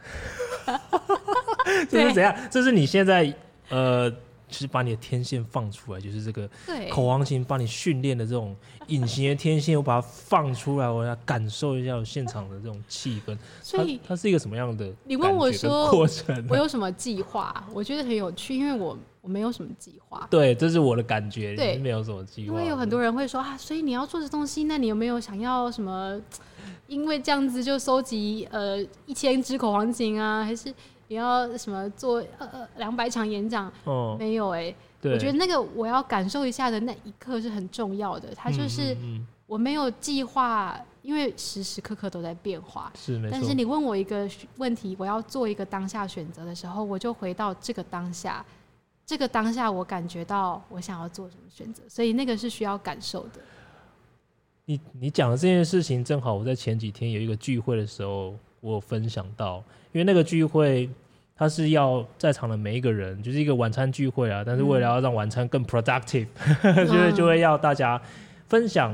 这是怎样？这是你现在呃。就是把你的天线放出来，就是这个口簧琴帮你训练的这种隐形的天线，我把它放出来，我要感受一下现场的这种气氛。所以 它, 它是一个什么样的过程？ 你问我说我有什么计划？我觉得很有趣，因为我我没有什么计划。 对，这是我的感觉，对，没有什么计划。 因为有很多人会说啊，所以你要做这东西，那你有没有想要什么？因为这样子就收集呃一千支口簧琴啊，还是？你要什么做呃两百场演讲？哦，没有哎、欸，我觉得那个我要感受一下的那一刻是很重要的。它就是我没有计划，因为时时刻刻都在变化。 是没错。 但是你问我一个问题，我要做一个当下选择的时候，我就回到这个当下，这个当下我感觉到我想要做什么选择，所以那个是需要感受的。 你你讲的这件事情，正好我在前几天有一个聚会的时候，我有分享到，因为那个聚会它是要在场的每一个人，就是一个晚餐聚会啊，但是为了要让晚餐更 productive，、嗯、所以就会要大家分享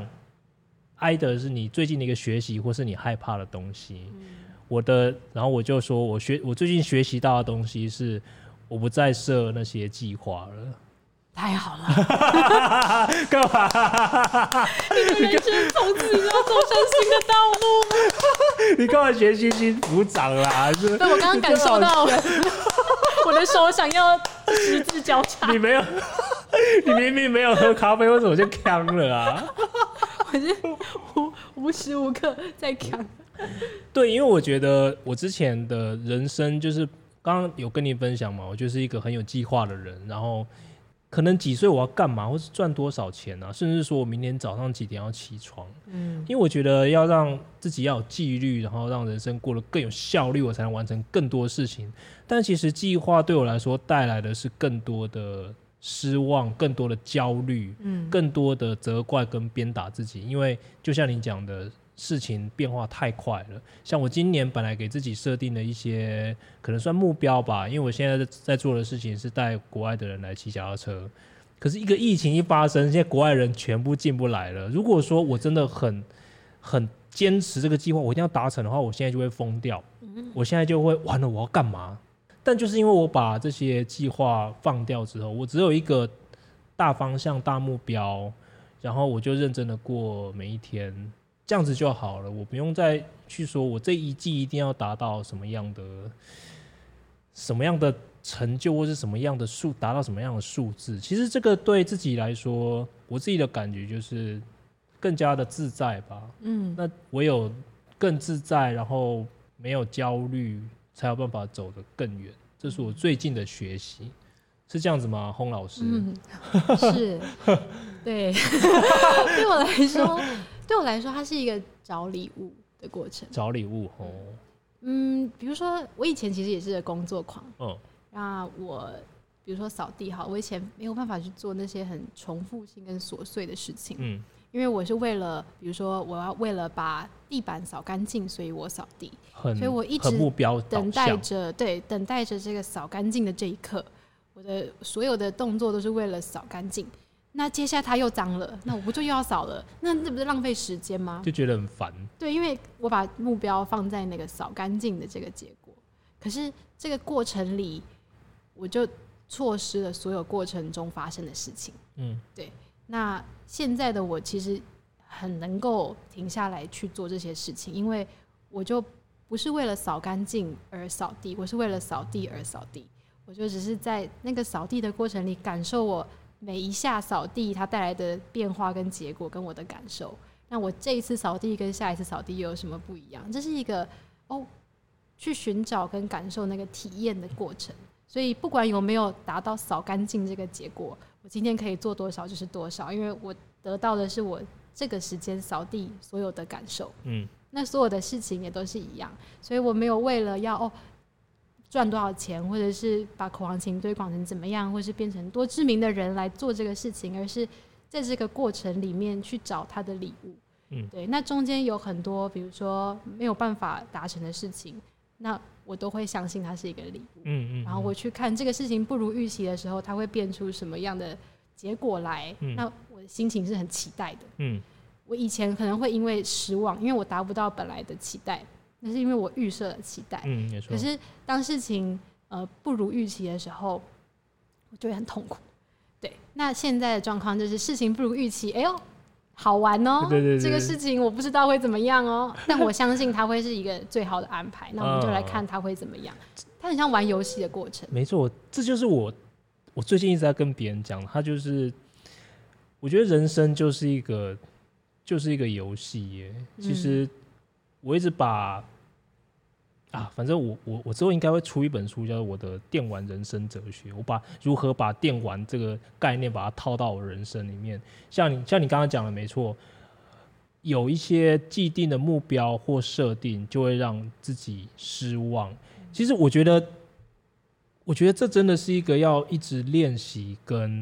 either是你最近的一个学习，或是你害怕的东西。嗯、我的，然后我就说我学我最近学习到的东西是，我不再设那些计划了。 太好了！ 干嘛？ 你的人生从此要走上新的道路。 你干嘛学星星鼓掌啦？对， 我刚刚感受到我的手想要十字交叉。 你没有，你明明没有喝咖啡，为什么就呛了啊？ 我是无无时无刻在呛。 对，因为我觉得我之前的人生就是刚刚有跟你分享嘛，我就是一个很有计划的人，然后。可能几岁我要干嘛，或是赚多少钱啊，甚至说我明天早上几点要起床。嗯，因为我觉得要让自己要有纪律，然后让人生过得更有效率，我才能完成更多事情。但其实计划对我来说带来的是更多的失望，更多的焦虑，嗯，更多的责怪跟鞭打自己。因为就像你讲的，事情变化太快了。像我今年本来给自己设定的一些可能算目标吧，因为我现在在做的事情是带国外的人来骑脚踏车，可是一个疫情一发生，现在国外人全部进不来了。如果说我真的很很坚持这个计划，我一定要达成的话，我现在就会疯掉，我现在就会完了，我要干嘛？但就是因为我把这些计划放掉之后，我只有一个大方向大目标，然后我就认真的过每一天，这样子就好了，我不用再去说我这一季一定要达到什么样的什么样的成就，或是什么样的数达到什么样的数字。其实这个对自己来说，我自己的感觉就是更加的自在吧。嗯，那唯有更自在，然后没有焦虑，才有办法走得更远。这是我最近的学习，是这样子吗，洪老师？ 嗯，是，对，对我来说。对我来说，它是一个找礼物的过程。 找礼物哦， 嗯，比如说我以前其实也是个工作狂，嗯，那我比如说扫地好，我以前没有办法去做那些很重复性跟琐碎的事情，嗯，因为我是为了，比如说我要为了把地板扫干净，所以我扫地，所以我一直目标等待着，对，等待着这个扫干净的这一刻，我的所有的动作都是为了扫干净。那接下来它又脏了，那我不就又要扫了？那这不是浪费时间吗？ 就觉得很烦。 对，因为我把目标放在那个扫干净的这个结果，可是这个过程里，我就错失了所有过程中发生的事情。嗯，对。那现在的我其实很能够停下来去做这些事情，因为我就不是为了扫干净而扫地，我是为了扫地而扫地。我就只是在那个扫地的过程里感受我。每一下扫地它带来的变化跟结果跟我的感受，那我这一次扫地跟下一次扫地又有什么不一样？这是一个哦，去寻找跟感受那个体验的过程。所以不管有没有达到扫干净这个结果，我今天可以做多少就是多少，因为我得到的是我这个时间扫地所有的感受。嗯，那所有的事情也都是一样，所以我没有为了要哦。赚多少钱，或者是把口簧琴推广成怎么样，或是变成多知名的人来做这个事情，而是在这个过程里面去找他的礼物。嗯，对。那中间有很多，比如说没有办法达成的事情，那我都会相信它是一个礼物。嗯嗯。然后我去看这个事情不如预期的时候，它会变出什么样的结果来？嗯、那我的心情是很期待的。嗯。我以前可能会因为失望，因为我达不到本来的期待。那是因为我预设了期待，嗯，没错。可是当事情呃不如预期的时候，我就会很痛苦。对，那现在的状况就是事情不如预期，哎呦，好玩哦，对对对，这个事情我不知道会怎么样哦，但我相信它会是一个最好的安排。那我们就来看它会怎么样。它很像玩游戏的过程。 没错，这就是我我最近一直在跟别人讲，它就是我觉得人生就是一个就是一个游戏耶。其实。嗯我一直把啊，反正我我我之后应该会出一本书，叫做《我的电玩人生哲学》。我把如何把电玩这个概念把它套到我人生里面。像你像你刚刚讲的没错，有一些既定的目标或设定，就会让自己失望。其实我觉得，我觉得这真的是一个要一直练习跟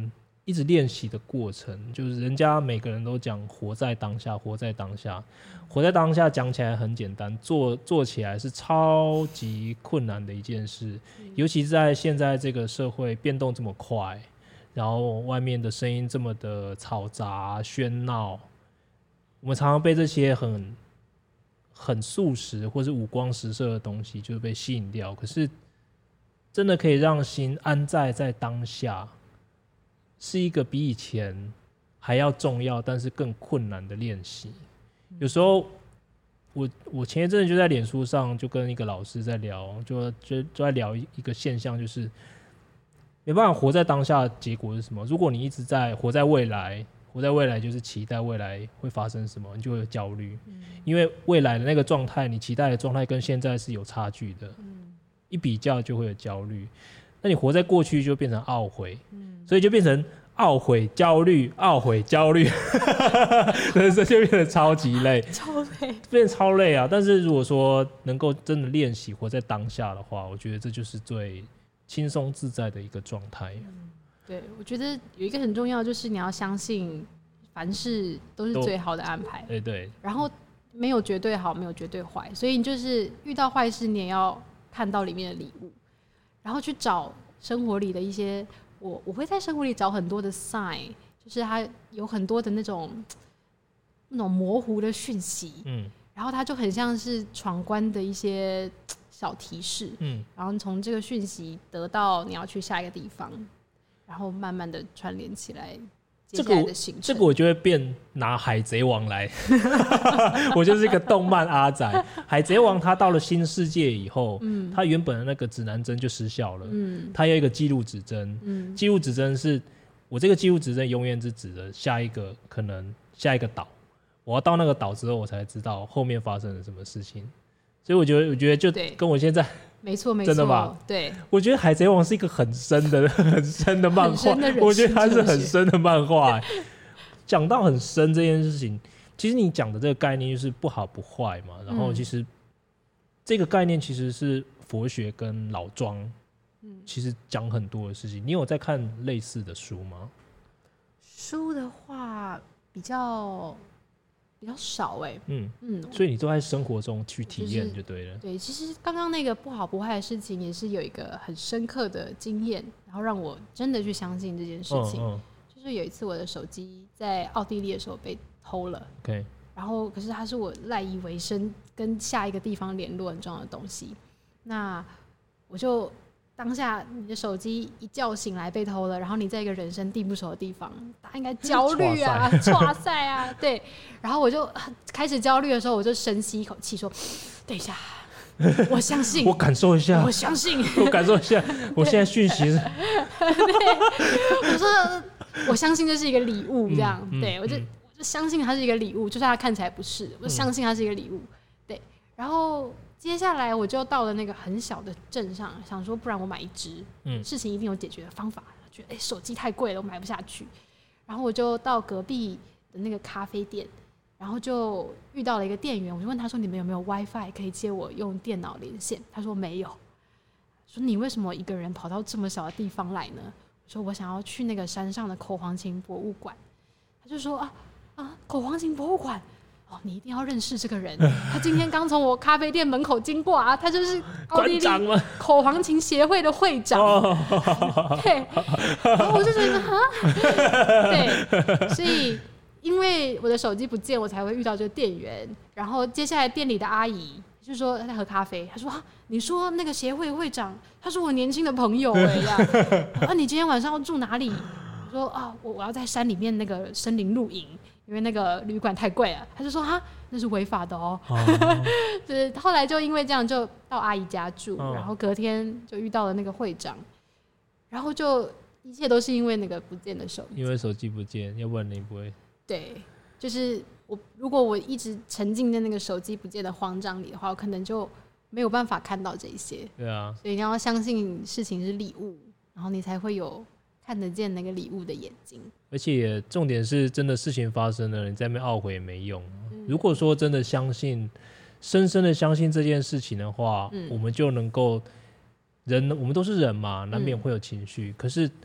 一直练习的过程，就是人家每个人都讲活在当下，活在当下，活在当下讲起来很简单，做做起来是超级困难的一件事，尤其在现在这个社会变动这么快，然后外面的声音这么的嘈杂喧闹，我们常常被这些很很速食或是五光十色的东西就被吸引掉，可是真的可以让心安在在当下，是一个比以前还要重要但是更困难的练习。有时候我我前一阵子就在脸书上就跟一个老师在聊，就就就在聊一个现象，就是没办法活在当下的结果是什么？如果你一直在活在未来，活在未来就是期待未来会发生什么，你就会有焦虑，嗯、因为未来的那个状态，你期待的状态跟现在是有差距的，嗯、一比较就会有焦虑。那你活在过去就变成懊悔，嗯、所以就变成懊悔、焦虑、懊悔、焦虑，人生就变得超级累， 超累， 变超累啊！但是如果说能够真的练习活在当下的话，我觉得这就是最轻松自在的一个状态。 嗯，对，我觉得有一个很重要，就是你要相信凡事都是最好的安排。 对对。 然后没有绝对好，没有绝对坏，所以你就是遇到坏事，你也要看到里面的礼物，然后去找生活里的一些。我我会在生活里找很多的 sign， 就是它有很多的那种那种模糊的讯息，嗯，然后它就很像是闯关的一些小提示，嗯，然后从这个讯息得到你要去下一个地方，然后慢慢的串联起来接下来的行程。 这个我就会变拿海贼王来，我就是一个动漫阿仔。海贼王他到了新世界以后，嗯，他原本的那个指南针就失效了，嗯，他有一个记录指针，嗯，记录指针是我这个记录指针永远只指着下一个可能下一个岛，我要到那个岛之后，我才知道后面发生了什么事情。所以我觉得，我觉得就跟我现在没错没错， 真的吧？ 对， 我觉得《海贼王》是一个很深的、很深的漫画，我觉得它是很深的漫画。讲到很深这件事情，其实你讲的这个概念就是不好不坏嘛。然后其实这个概念其实是佛学跟老庄，嗯，其实讲很多的事情。你有在看类似的书吗？ 书的话比较。比较少哎、欸，嗯嗯，所以你都在生活中去体验就对了、就是。 对，其实刚刚那个不好不坏的事情，也是有一个很深刻的经验，然后让我真的去相信这件事情。嗯嗯、就是有一次我的手机在奥地利的时候被偷了 ，OK， 然后可是它是我赖以为生跟下一个地方联络很重要的东西，那我就。当下你的手机一觉醒来被偷了，然后你在一个人生地不熟的地方，大家应该焦虑啊，剉赛啊，对。然后我就开始焦虑的时候，我就深吸一口气说：“等一下，我相信， 我感受一下， 我相信， 我感受一下，我现在讯息是。” 对，我说我相信这是一个礼物，这样，嗯嗯、对我就、嗯、我就相信它是一个礼物，就算它看起来不是，我相信它是一个礼物，对，然后。接下来我就到了那个很小的镇上，想说不然我买一支、嗯，事情一定有解决的方法。觉得哎、欸，手机太贵了，我买不下去。然后我就到隔壁的那个咖啡店，然后就遇到了一个店员，我就问他说：“你们有没有 WiFi 可以借我用电脑连线？”他说没有。说你为什么一个人跑到这么小的地方来呢？我说我想要去那个山上的口簧琴博物馆。他就说啊啊，口簧琴博物馆。哦，你一定要认识这个人，他今天刚从我咖啡店门口经过啊，他就是奥地利口簧琴协会的会长。对，然后我就觉得哈，对，所以因为我的手机不见，我才会遇到这个店员。然后接下来店里的阿姨就说她在喝咖啡，她说啊，你说那个协会会长，他是我年轻的朋友哎呀，啊，你今天晚上要住哪里？我说啊，我我要在山里面那个森林露营。因为那个旅馆太贵了，他就说哈，那是违法的哦。就是后来就因为这样，就到阿姨家住，哦、然后隔天就遇到了那个会长，然后就一切都是因为那个不见的手机。 因为手机不见，要不然你不会。 对，就是我如果我一直沉浸在那个手机不见的慌张里的话，我可能就没有办法看到这些。 对啊， 所以你要相信事情是礼物，然后你才会有看得见那个礼物的眼睛。 而且重点是真的事情发生了，你在那边懊悔也没用、嗯、如果说真的相信深深的相信这件事情的话、嗯、我们就能够人我们都是人嘛，难免会有情绪、嗯、可是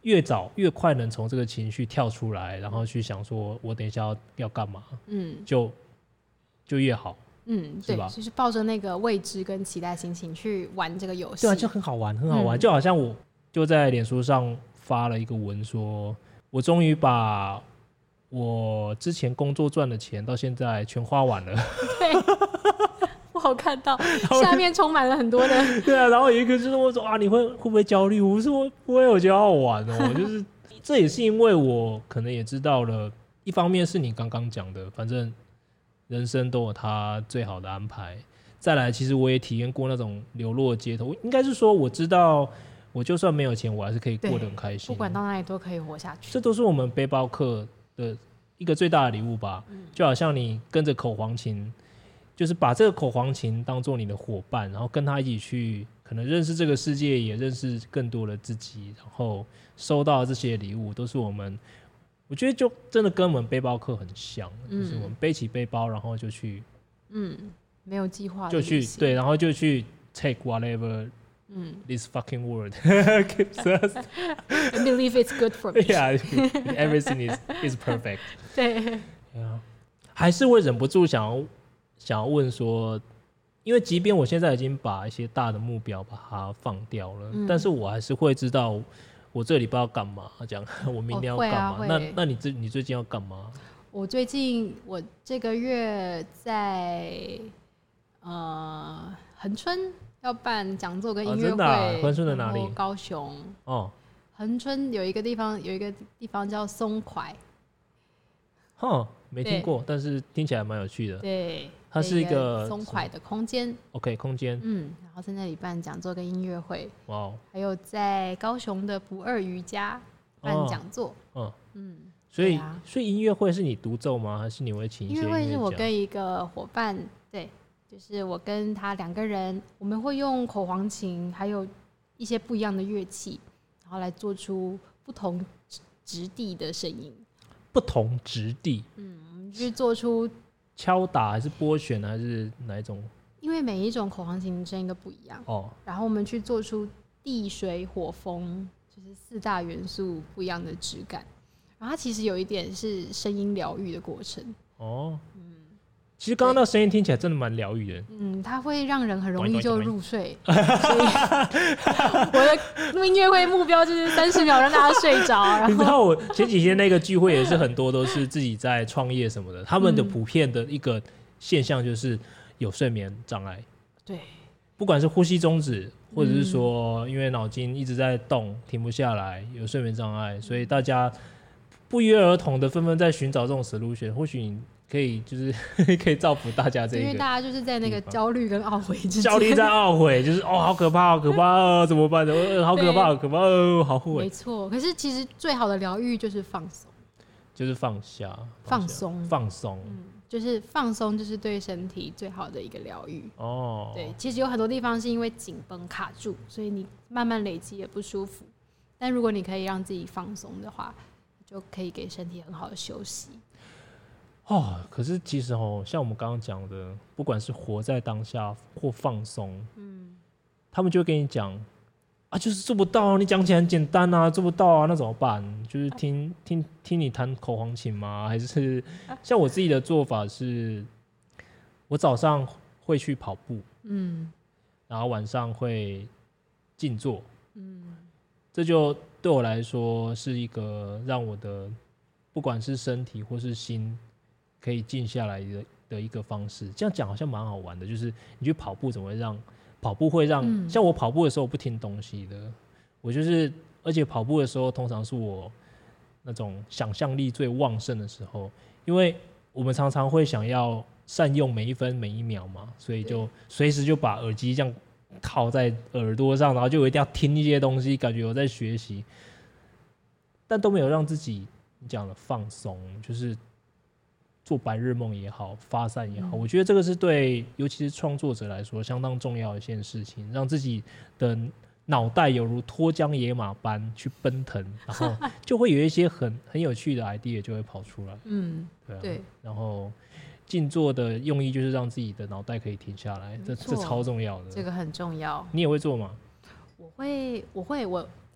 越早越快能从这个情绪跳出来，然后去想说我等一下 要, 要干嘛，嗯，就就越好。 嗯，对，就是抱着那个未知跟期待心情去玩这个游戏， 对啊，就很好玩，很好玩，嗯、就好像我就在脸书上发了一个文说，我终于把我之前工作赚的钱到现在全花完了。 对，我好看到下面充满了很多的， 对啊，然后有一个就是我说啊，你会会不会焦虑？我说不会，我觉得好好玩哦。就是这也是因为我可能也知道了，一方面是你刚刚讲的，反正。人生都有他最好的安排。再来，其实我也体验过那种流落街头，应该是说我知道，我就算没有钱，我还是可以过得很开心， 不管到哪里都可以活下去。 这都是我们背包客的一个最大的礼物吧。嗯、就好像你跟着口簧琴，就是把这个口簧琴当做你的伙伴，然后跟他一起去，可能认识这个世界，也认识更多的自己，然后收到这些礼物，都是我们。我觉得就真的跟我们背包客很像，嗯、就是我们背起背包，然后就去， 嗯，没有计划就去对，然后就去 take whatever， 嗯 ，this fucking world gives us. I believe it's good for me. Yeah, everything is is perfect. 对， 啊，还是会忍不住想要想要问说，因为即便我现在已经把一些大的目标把它放掉了，嗯、但是我还是会知道。我这礼拜要干嘛？这样，我明天要干嘛？哦啊、那那你最你最近要干嘛？ 我最近我这个月在呃恒春要办讲座跟音乐会， 恒、哦啊、春的哪里？ 高雄。哦，恒春有一个地方有一个地方叫松槐。 哼，没听过，但是听起来蛮有趣的。 对， 它是一个松槐的空间。 OK， 空间。 嗯，然后在那里办讲座跟音乐会。哇、哦！还有在高雄的不二瑜伽办讲座。哦、嗯嗯， 所以、啊、所以音乐会是你独奏吗？还是你会请一些音乐家？ 音乐会是我跟一个伙伴，对，就是我跟他两个人，我们会用口簧琴，还有一些不一样的乐器，然后来做出不同质地的声音。 不同质地， 嗯，我们去做出敲打还是拨弦还是哪一种？ 因为每一种口簧琴的声音都不一样哦。然后我们去做出地水火风，就是四大元素不一样的质感。然后它其实有一点是声音疗愈的过程哦。嗯， 其实刚刚那声音听起来真的蛮疗愈的。 嗯，它会让人很容易就入睡。所以我的音乐会目标就是三十秒让大家睡着。然后你知道我前几天那个聚会也是很多都是自己在创业什么的，他们的普遍的一个现象就是有睡眠障碍。 对， 不管是呼吸中止，或者是说因为脑筋一直在动停不下来，有睡眠障碍，所以大家不约而同的纷纷在寻找这种 solution。或许你可以就是可以造福大家这一个， 因为大家就是在那个焦虑跟懊悔之间， 焦虑在懊悔，就是哦好可怕，好可怕，哦、怎么办呢？呃、好可怕，好可怕，哦、好后悔。 没错，可是其实最好的疗愈就是放松， 就是放下， 放松， 放松， 嗯，就是放松，就是对身体最好的一个疗愈。哦，对，其实有很多地方是因为紧绷卡住，所以你慢慢累积也不舒服。但如果你可以让自己放松的话，就可以给身体很好的休息。 哦，可是其实哦，像我们刚刚讲的，不管是活在当下或放松，嗯，他们就会跟你讲啊，就是做不到，你讲起来很简单啊，做不到啊，那怎么办？就是听听听你弹口簧琴吗？还是像我自己的做法是，我早上会去跑步，嗯，然后晚上会静坐，嗯，这就对我来说是一个让我的不管是身体或是心可以静下来 的, 的一个方式。这样讲好像蛮好玩的，就是你去跑步怎么会让跑步会让、嗯、像我跑步的时候我不听东西的，我就是而且跑步的时候通常是我那种想象力最旺盛的时候，因为我们常常会想要善用每一分每一秒嘛，所以就随时就把耳机这样套在耳朵上，然后就一定要听一些东西，感觉我在学习，但都没有让自己你讲的放松，就是做白日梦也好，发散也好、嗯、我觉得这个是对尤其是创作者来说相当重要的一件事情，让自己的脑袋有如脱缰野马般去奔腾，然后就会有一些很很有趣的 idea 就会跑出来。嗯，对啊，对。然后静坐的用意就是让自己的脑袋可以停下来，这这超重要的。 这个很重要。 你也会做吗？ 我会，我会，我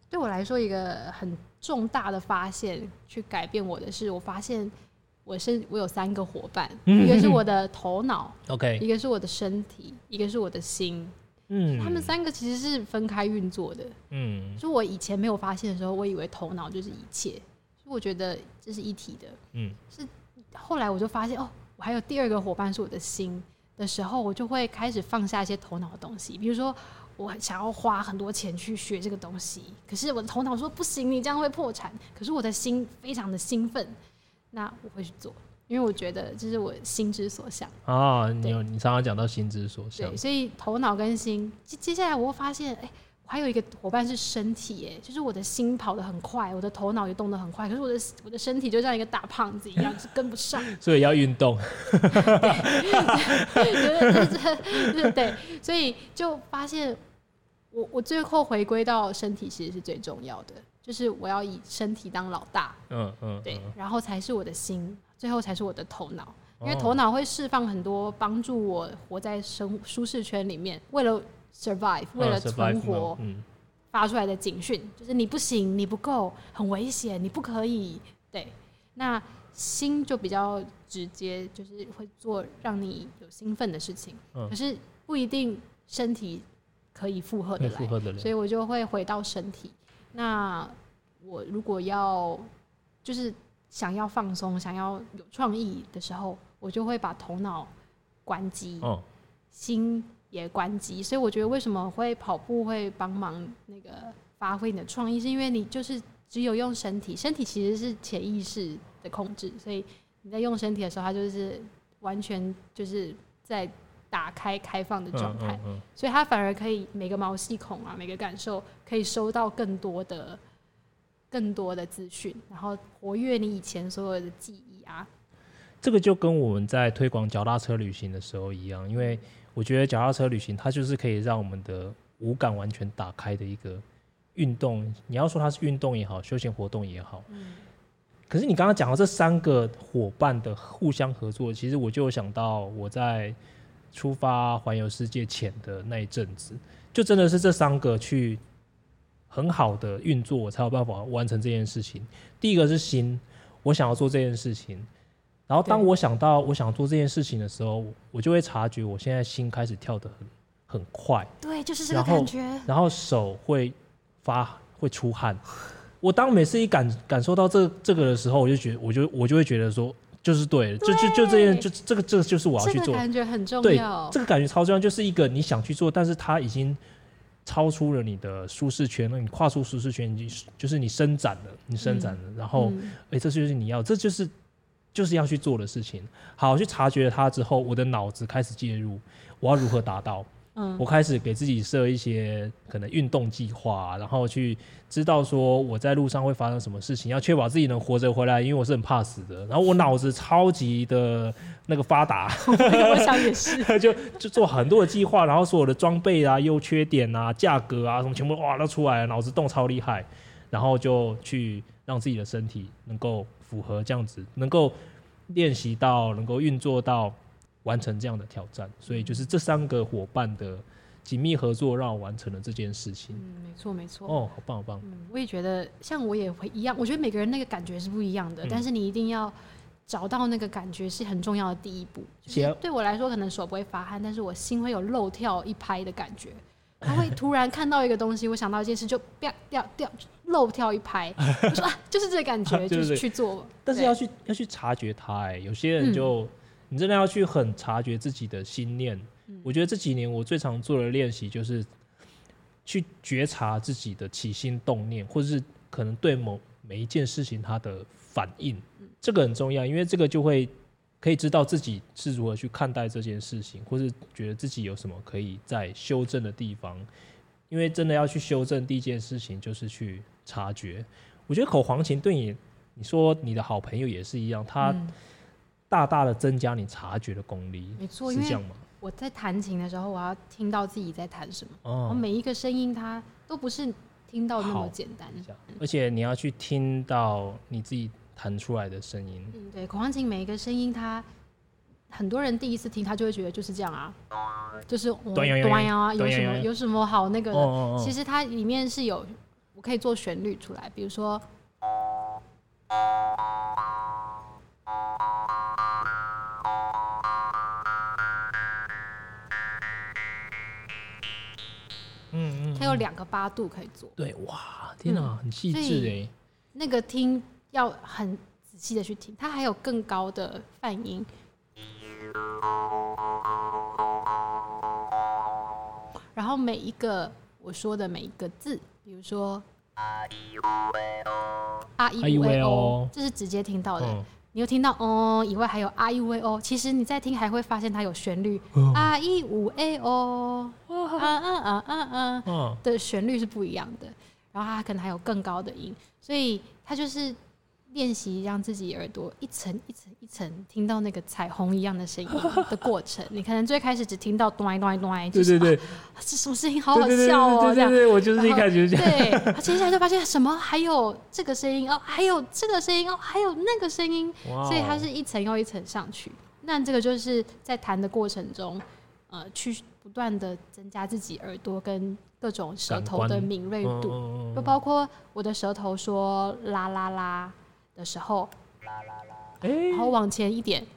对我来说，一个很重大的发现，去改变我的是，我发现我是我有三个伙伴，嗯、一个是我的头脑 ，OK， 一个是我的身体，一个是我的心。嗯，他们三个其实是分开运作的。嗯，就我以前没有发现的时候，我以为头脑就是一切，所以我觉得这是一体的。嗯，是后来我就发现，哦，我还有第二个伙伴是我的心的时候，我就会开始放下一些头脑的东西，比如说。我想要花很多钱去学这个东西，可是我的头脑说不行，你这样会破产。可是我的心非常的兴奋，那我会去做，因为我觉得这是我心之所向。 哦，你有你常常讲到心之所向， 对，所以头脑跟心，接下来我会发现，哎、欸，我还有一个伙伴是身体，哎，就是我的心跑得很快，我的头脑也动得很快，可是我的我的身体就像一个大胖子一样，是跟不上， 所以要运动。 对，对，对，所以就发现。我, 我最后回归到身体其实是最重要的，就是我要以身体当老大，嗯嗯，对，然后才是我的心，最后才是我的头脑，因为头脑会释放很多帮助我活在生舒适圈里面，为了 survive， 为了存活、嗯、发出来的警讯，就是你不行，你不够，很危险，你不可以，对，那心就比较直接，就是会做让你有兴奋的事情，嗯、可是不一定身体。可以负荷的来，所以我就会回到身体。那我如果要就是想要放松、想要有创意的时候，我就会把头脑关机，哦、心也关机。所以我觉得为什么会跑步会帮忙那个发挥你的创意，是因为你就是只有用身体，身体其实是潜意识的控制，所以你在用身体的时候，它就是完全就是在。打开开放的状态、嗯嗯嗯，所以它反而可以每个毛细孔啊，每个感受可以收到更多的、更多的资讯，然后活跃你以前所有的记忆啊。 这个就跟我们在推广脚踏车旅行的时候一样，因为我觉得脚踏车旅行它就是可以让我们的五感完全打开的一个运动。你要说它是运动也好，休闲活动也好，嗯、可是你刚刚讲到这三个伙伴的互相合作，其实我就有想到我在。出发环游世界前的那一阵子，就真的是这三个去很好的运作，我才有办法完成这件事情。第一个是心，我想要做这件事情，然后当我想到我想做这件事情的时候，我就会察觉我现在心开始跳得很很快， 对，就是这个感觉。 然后, 然后手会发会出汗。我当每次一感感受到这这个的时候，我就觉得我就我就会觉得说。就是对，就就就这件，就这个这个就是我要去做。 这个感觉很重要。 对，这个感觉超重要，就是一个你想去做，但是它已经超出了你的舒适圈了。你跨出舒适圈，你就是你伸展了，你伸展了，嗯、然后，哎、嗯欸，这就是你要，这就是就是要去做的事情。好，去察觉它之后，我的脑子开始介入，我要如何达到？嗯，我开始给自己设一些可能运动计划，然后去知道说我在路上会发生什么事情，要确保自己能活着回来，因为我是很怕死的。然后我脑子超级的那个发达， 我想也是， 就就做很多的计划，然后所有的装备啊、优缺点啊、价格啊什么全部哇都出来了，脑子动超厉害，然后就去让自己的身体能够符合这样子，能够练习到，能够运作到。完成这样的挑战，所以就是这三个伙伴的紧密合作，让我完成了这件事情。 嗯，没错，没错。 哦，好棒，好棒。 嗯，我也觉得，像我也会一样。我觉得每个人那个感觉是不一样的，嗯、但是你一定要找到那个感觉是很重要的第一步。就是对我来说，可能手不会发汗，但是我心会有漏跳一拍的感觉。他会突然看到一个东西，我想到一件事就掉掉掉漏跳一拍，我说啊，就是这个感觉，就是去做。 但是要去要去察觉它，哎，有些人就。嗯你真的要去很察觉自己的心念、嗯、我觉得这几年我最常做的练习就是去觉察自己的起心动念，或者是可能对某每一件事情它的反应、嗯、这个很重要，因为这个就会可以知道自己是如何去看待这件事情，或是觉得自己有什么可以再修正的地方。因为真的要去修正第一件事情就是去察觉。我觉得口簧琴对你你说你的好朋友也是一样，他、嗯大大的增加你察觉的功力， 没错， 是这样吗？ 我在弹琴的时候，我要听到自己在弹什么，哦、然后每一个声音它都不是听到那么简单， 而且你要去听到你自己弹出来的声音。 嗯，对，口簧琴每一个声音它，很多人第一次听他就会觉得就是这样啊，就是短呀、啊，有什么有什么好那个的？哦哦哦其实它里面是有。 我可以做旋律出来，比如说，嗯嗯，它有两个八度可以做。 对，哇，天哪，嗯、很细致哎。 那个听要很仔细的去听，它还有更高的泛音。然后每一个我说的每一个字，比如说啊一五 A O， 这是直接听到的。嗯、你又听到哦以外，还有啊一五 A O。其实你在听还会发现它有旋律，啊一五 A O， 啊啊啊啊啊的旋律是不一样的。然后它可能还有更高的音，所以它就是练习让自己耳朵一层一层一层听到那个彩虹一样的声音的过程。你可能最开始只听到咚咚咚，对对对，啊、这什么声音好好笑哦， 对对 对, 对, 对, 对, 对，我就是一开始就这样。 对，接下来就发现什么还有这个声音哦，还有这个声音哦，还有那个声音，所以它是一层又一层上去。那这个就是在弹的过程中，呃，去不断的增加自己耳朵跟各种舌头的敏锐度，嗯、就包括我的舌头说啦啦啦的时候，然后往前一点，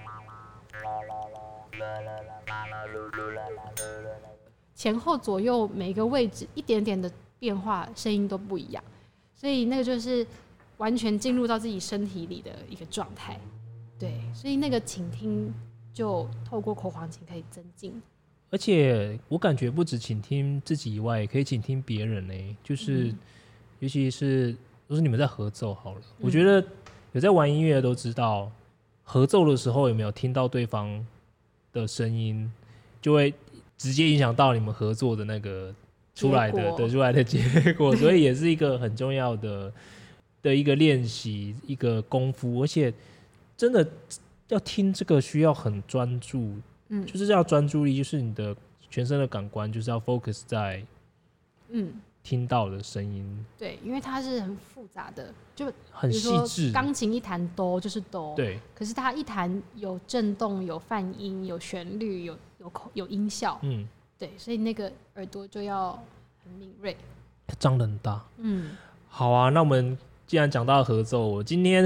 前后左右每一个位置一点点的变化，声音都不一样，所以那个就是完全进入到自己身体里的一个状态。对，所以那个倾听就透过口簧琴可以增进。 而且我感觉不止倾听自己以外，也可以倾听别人呢、欸。就是，嗯、尤其是都是你们在合奏好了，嗯、我觉得有在玩音乐的都知道，合奏的时候有没有听到对方的声音，就会直接影响到你们合作的那个出来的得出来的结果，所以也是一个很重要的的一个练习，一个功夫，而且真的要听这个需要很专注。嗯、就是要专注力，就是你的全身的感官就是要 focus 在嗯听到的声音、嗯。 对，因为它是很复杂的，就很细致。 钢琴一弹哆就是哆， 对。 可是它一弹有震动、有泛音、有旋律、有有口有音效，嗯，对，所以那个耳朵就要很敏锐， 张得很大。嗯，好啊，那我们既然讲到合奏，我今天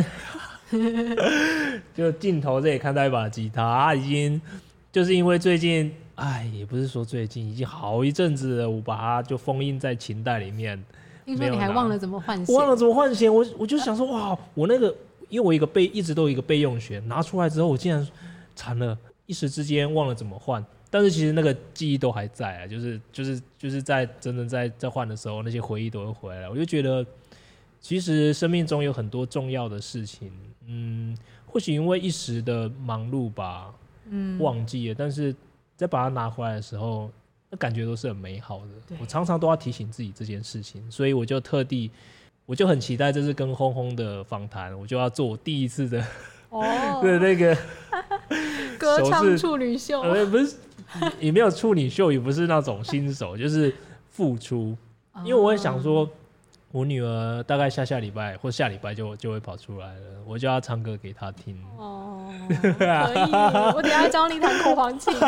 就镜头这里看到一把吉他，啊、已经。就是因为最近，哎，也不是说最近，已经好一阵子了，我把它就封印在琴袋里面。 听说你还忘了怎么换弦？ 忘了怎么换弦，我我就想说，哇，我那个，因为我一个备一直都有一个备用弦，拿出来之后，我竟然惨了，一时之间忘了怎么换。但是其实那个记忆都还在啊，就是就是就是在真的在在换的时候，那些回忆都会回来。我就觉得，其实生命中有很多重要的事情，嗯，或许因为一时的忙碌吧。嗯，忘记了，但是再把它拿回来的时候，那感觉都是很美好的。我常常都要提醒自己这件事情，所以我就特地，我就很期待这次跟轰轰的访谈，我就要做我第一次的哦的那个歌唱处女秀， 呃，不是，也没有处女秀，也不是那种新手，就是付出，因为我会想说。我女儿大概下下礼拜或下礼拜就就会跑出来了，我就要唱歌给她听。哦， 可以，我等一下教你弹口簧琴。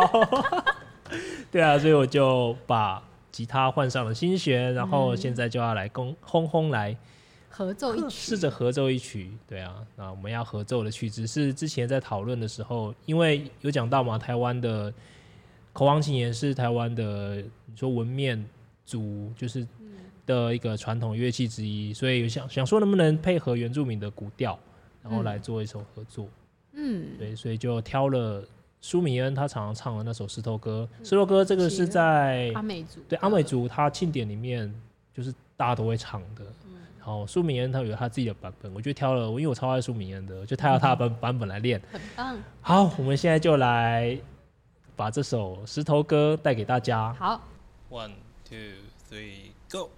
对啊，所以我就把吉他换上了新弦，然后现在就要来跟轰轰来合奏一曲， 试着合奏一曲。对啊，那我们要合奏的曲子是之前在讨论的时候，因为有讲到嘛，台湾的口簧琴也是台湾的，你说文面族就是。的一个传统乐器之一，所以想想说能不能配合原住民的古调，然后来做一首合作。嗯，对，所以就挑了舒米恩他常常唱的那首石头歌。嗯、石头歌这个是在阿美族， 对阿美族他庆典里面就是大家都会唱的。嗯、然后舒米恩他有他自己的版本，我就挑了，因为我超爱舒米恩的，就挑了他的版版本来练。 很棒。 好，我们现在就来把这首石头歌带给大家。 好 ，One two three go。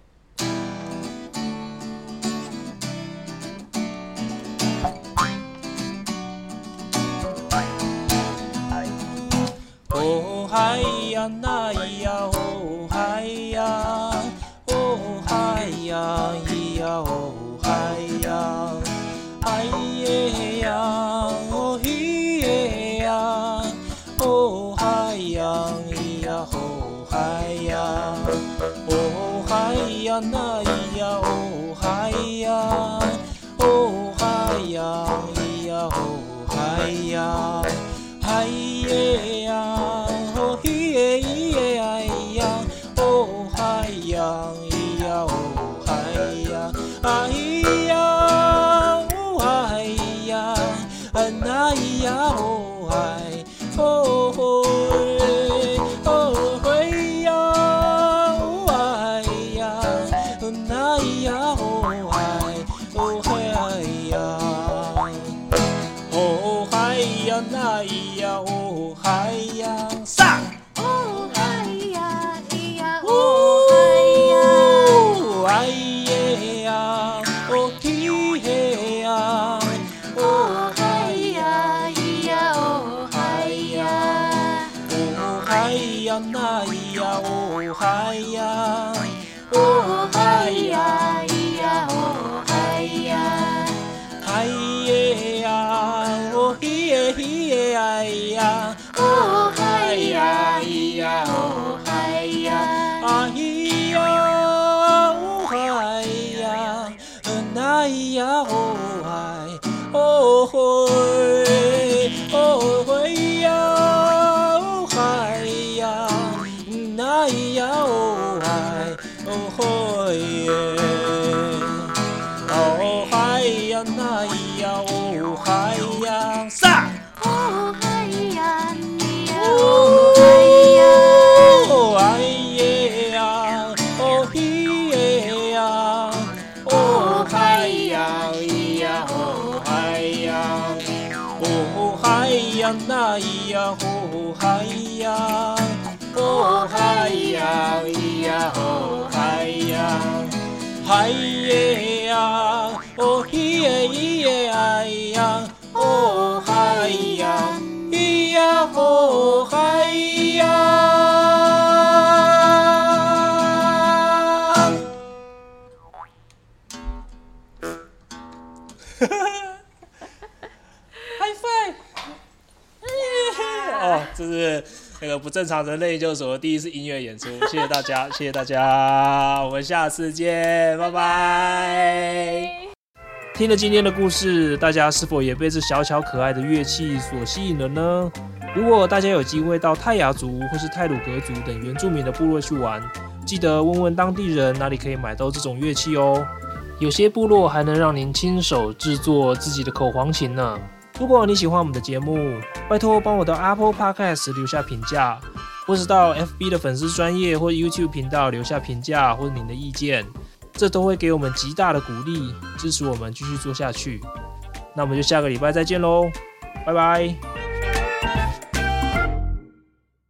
哦嗨呀那呀哦嗨呀，哦嗨呀咿呀哦嗨呀，哎耶呀哦嘿耶呀，哦嗨呀咿呀哦嗨呀，哦嗨呀那。 嗨呀，嗨耶呀，哦咿耶咿耶哎呀，哦嗨呀咿呀哦嗨呀，哎呀哦嗨呀，嗯哎呀哦嗨，哦嘿哦嘿呀哦哎呀，嗯哎呀哦嗨，哦嘿哎呀。哦嗨呀，那咿呀，哦嗨呀，上。 哦嗨呀，咿呀，哦嗨呀， 哦哎耶呀，哦嘿嘿呀， 哦嗨呀，咿呀，哦嗨呀， 哦嗨呀，那咿呀，哦嗨呀， 哦嗨呀，咿呀，哦嗨呀， 嗨耶呀，哦嘿耶嘿耶哎呀， 哦嗨呀，咿呀，哦嗨呀， 哎呀，哦嗨呀，那咿呀，哦嗨，哦嘿，哦嘿呀，哦嗨呀，那咿呀，哦嗨，哦嘿耶，哦嗨呀，那咿呀，哦嗨呀，上。 哦嗨呀，咿呀，哦嗨呀， 哦哎耶呀，哦嘿耶呀，哦嗨呀咿呀，哦嗨呀，哦嗨呀那咿呀，哦嗨呀，哦嗨呀咿呀，哦嗨呀，嗨耶呀，哦嘿耶咿耶哎呀，哦嗨呀。咿呀吼嗨呀！High five！ 哦，这是那个不正常人类研究所的第一次音乐演出，谢谢大家，谢谢大家，我们下次见，拜拜。 听了今天的故事，大家是否也被这小巧可爱的乐器所吸引了呢？如果大家有机会到泰雅族或是太鲁阁族等原住民的部落去玩，记得问问当地人哪里可以买到这种乐器哦。有些部落还能让您亲手制作自己的口簧琴呢。如果你喜欢我们的节目，拜托帮我到 Apple Podcast 留下评价，或是到 F B 的粉丝专页或 YouTube 频道留下评价或您的意见，这都会给我们极大的鼓励，支持我们继续做下去。那我们就下个礼拜再见喽，拜拜。